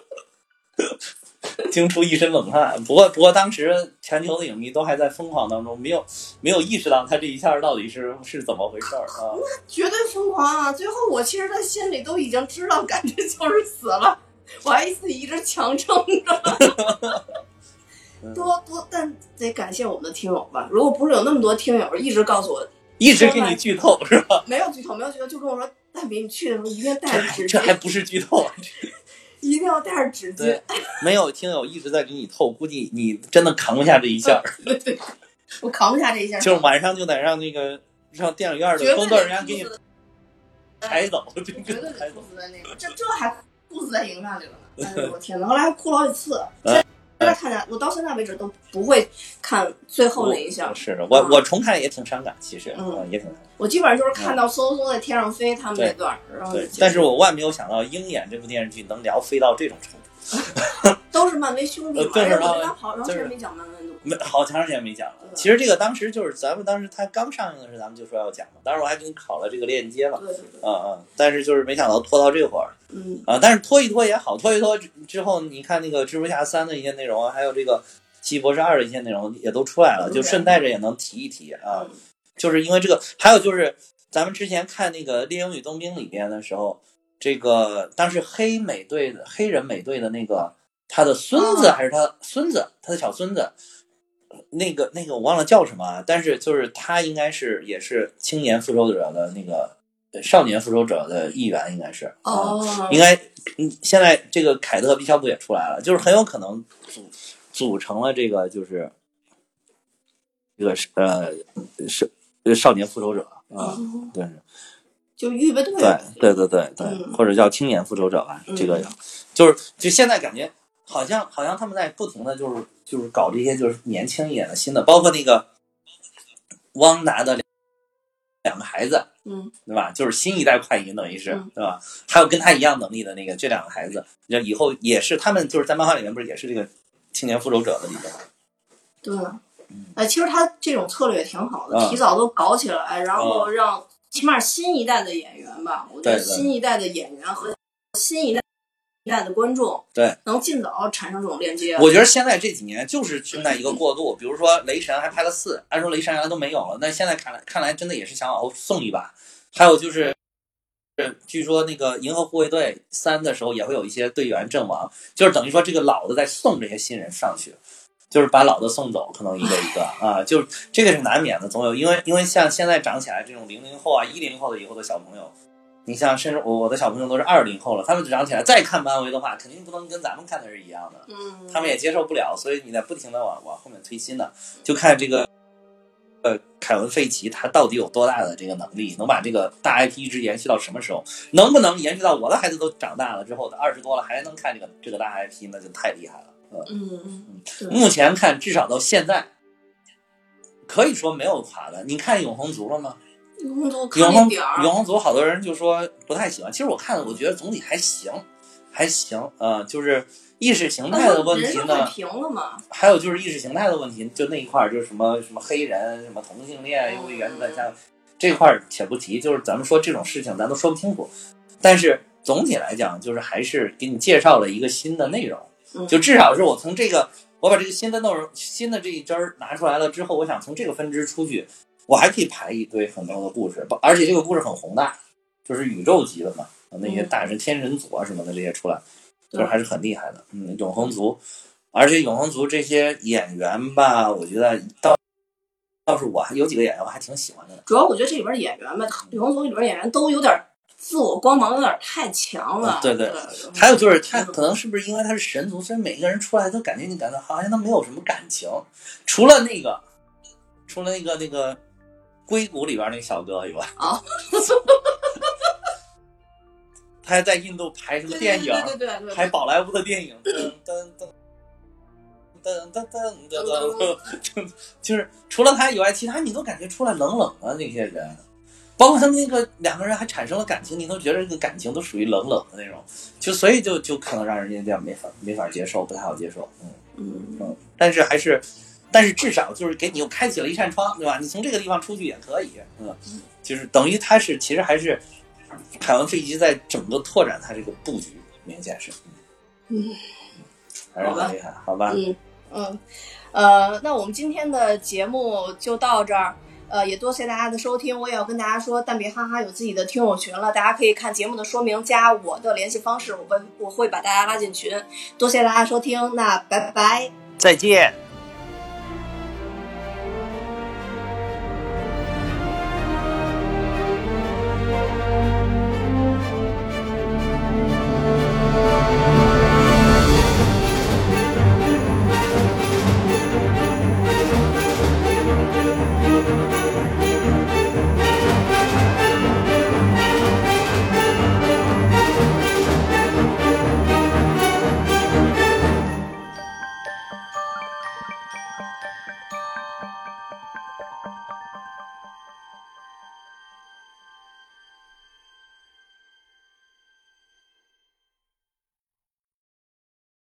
惊出一身冷汗。不过当时全球的影迷都还在疯狂当中，没有意识到他这一下到底是怎么回事啊？ 那绝对疯狂啊！最后我其实在心里都已经知道，感觉就是死了，我还一直强撑着。但得感谢我们的听友吧。如果不是有那么多听友一直告诉我。 一直给你剧透是吧？ 没有剧透，就跟我说，大比你去的时候一定带着纸巾。 这还不是剧透啊！ 一定要带着纸巾。 没有听友一直在给你透，估计你真的扛不下这一下。 对，我扛不下这一下。 就是晚上就得让电影院的工作人员给你抬走， 绝对得哭死在那个，这还哭死在影院里了呢！哎呦我天哪！后来还哭了好几次。现在看见我到现在为止都不会看最后那一下。 是的，我重看也挺伤感，其实也挺伤感。 我基本上就是看到嗖嗖在天上飞他们那段，然后对。但是我万没有想到鹰眼这部电视剧能聊飞到这种程度。 都是漫威兄弟嘛， 对， 好长时间没讲漫威了， 好长时间没讲了。其实这个当时就是咱们当时它刚上映的时候，咱们就说要讲嘛。当时我还给你拷了这个链接了， 对。 但是就是没想到拖到这会儿，但是拖一拖也好，拖一拖之后，你看那个蜘蛛侠3的一些内容，还有这个奇异博士2的一些内容也都出来了，就顺带着也能提一提啊。就是因为这个，还有就是咱们之前看那个《猎鹰与冬兵》里边的时候，这个当时黑人美队的那个他的孙子还是他孙子，他的小孙子，那个我忘了叫什么，但是就是他应该也是青年复仇者的那个少年复仇者的一员，应该是应该现在这个凯特·毕肖普也出来了，就是很有可能组成了这个就是这个是少年复仇者对， 就预备队， 对，或者叫青年复仇者吧，这个就现在感觉好像他们在不停的就是搞这些就是年轻一点的新的，包括那个汪达的两个孩子，对吧？就是新一代快银等于是，对吧？还有跟他一样能力的那个这两个孩子，以后也是他们就是在漫画里面不是也是这个青年复仇者的里面吗？ 对，其实他这种策略也挺好的，提早都搞起来，然后让起码新一代的演员吧，我觉得新一代的演员和新一代的观众， 对， 能尽早产生这种链接。 我觉得现在这几年就是正在一个过渡，比如说雷神还拍了4，按说雷神原来都没有了，但现在看来真的也是想往后送一把。还有就是据说那个银河护卫队3的时候也会有一些队员阵亡，就是等于说这个老的在送这些新人上去，就是把老的送走，可能一个一个啊，就这个是难免的，总有因为像现在长起来这种00后啊10后的以后的小朋友，你像甚至我的小朋友都是20后了，他们长起来再看漫威的话，肯定不能跟咱们看的是一样的，他们也接受不了，所以你在不停的往后面推新的，就看这个凯文·费奇他到底有多大的这个能力，能把这个大 IP 一直延续到什么时候？能不能延续到我的孩子都长大了之后的20多了还能看这个大 IP， 那就太厉害了。目前看至少到现在可以说没有垮的。你看永恒族了吗？永恒族好多人就说不太喜欢，其实我看了，我觉得总体还行，就是意识形态的问题呢，还有就是意识形态的问题，就那一块就是什么黑人、什么同性恋，因为原本像这块且不提，就是咱们说这种事情咱都说不清楚，但是总体来讲，就是还是给你介绍了一个新的内容，就至少是我从这个，我把这个新的内容、新的这一支拿出来了之后，我想从这个分支出去，我还可以排一堆很多的故事，而且这个故事很宏大，就是宇宙级的嘛，那些大神、天神组啊什么的这些出来，就是还是很厉害的。永恒族，而且永恒族这些演员吧，我觉得倒是我有几个演员我还挺喜欢的。 主要我觉得这里边演员吧，永恒族里边演员都有点自我光芒有点太强了。 对，还有就是他可能是不是因为他是神族，所以每个人出来都感觉你感到好像他没有什么感情，除了那个硅谷里边那个小哥以外啊，他还在印度拍什么电影， 对， 拍宝莱坞的电影，就是除了他以外，其他你都感觉出来冷冷的那些人，包括他们那个两个人还产生了感情，你都觉得这个感情都属于冷冷的那种，所以就可能让人家这样没法接受，不太好接受。 但是至少就是给你又开启了一扇窗，对吧？你从这个地方出去也可以，就是等于它是其实还是海王飞机在整个拓展它这个布局，明显是，还是很厉害，好吧？ 那我们今天的节目就到这儿。也多谢大家的收听，我也要跟大家说，蛋比哈哈有自己的听友群了，大家可以看节目的说明，加我的联系方式，我会把大家拉进群。多谢大家收听，那拜拜， 再见。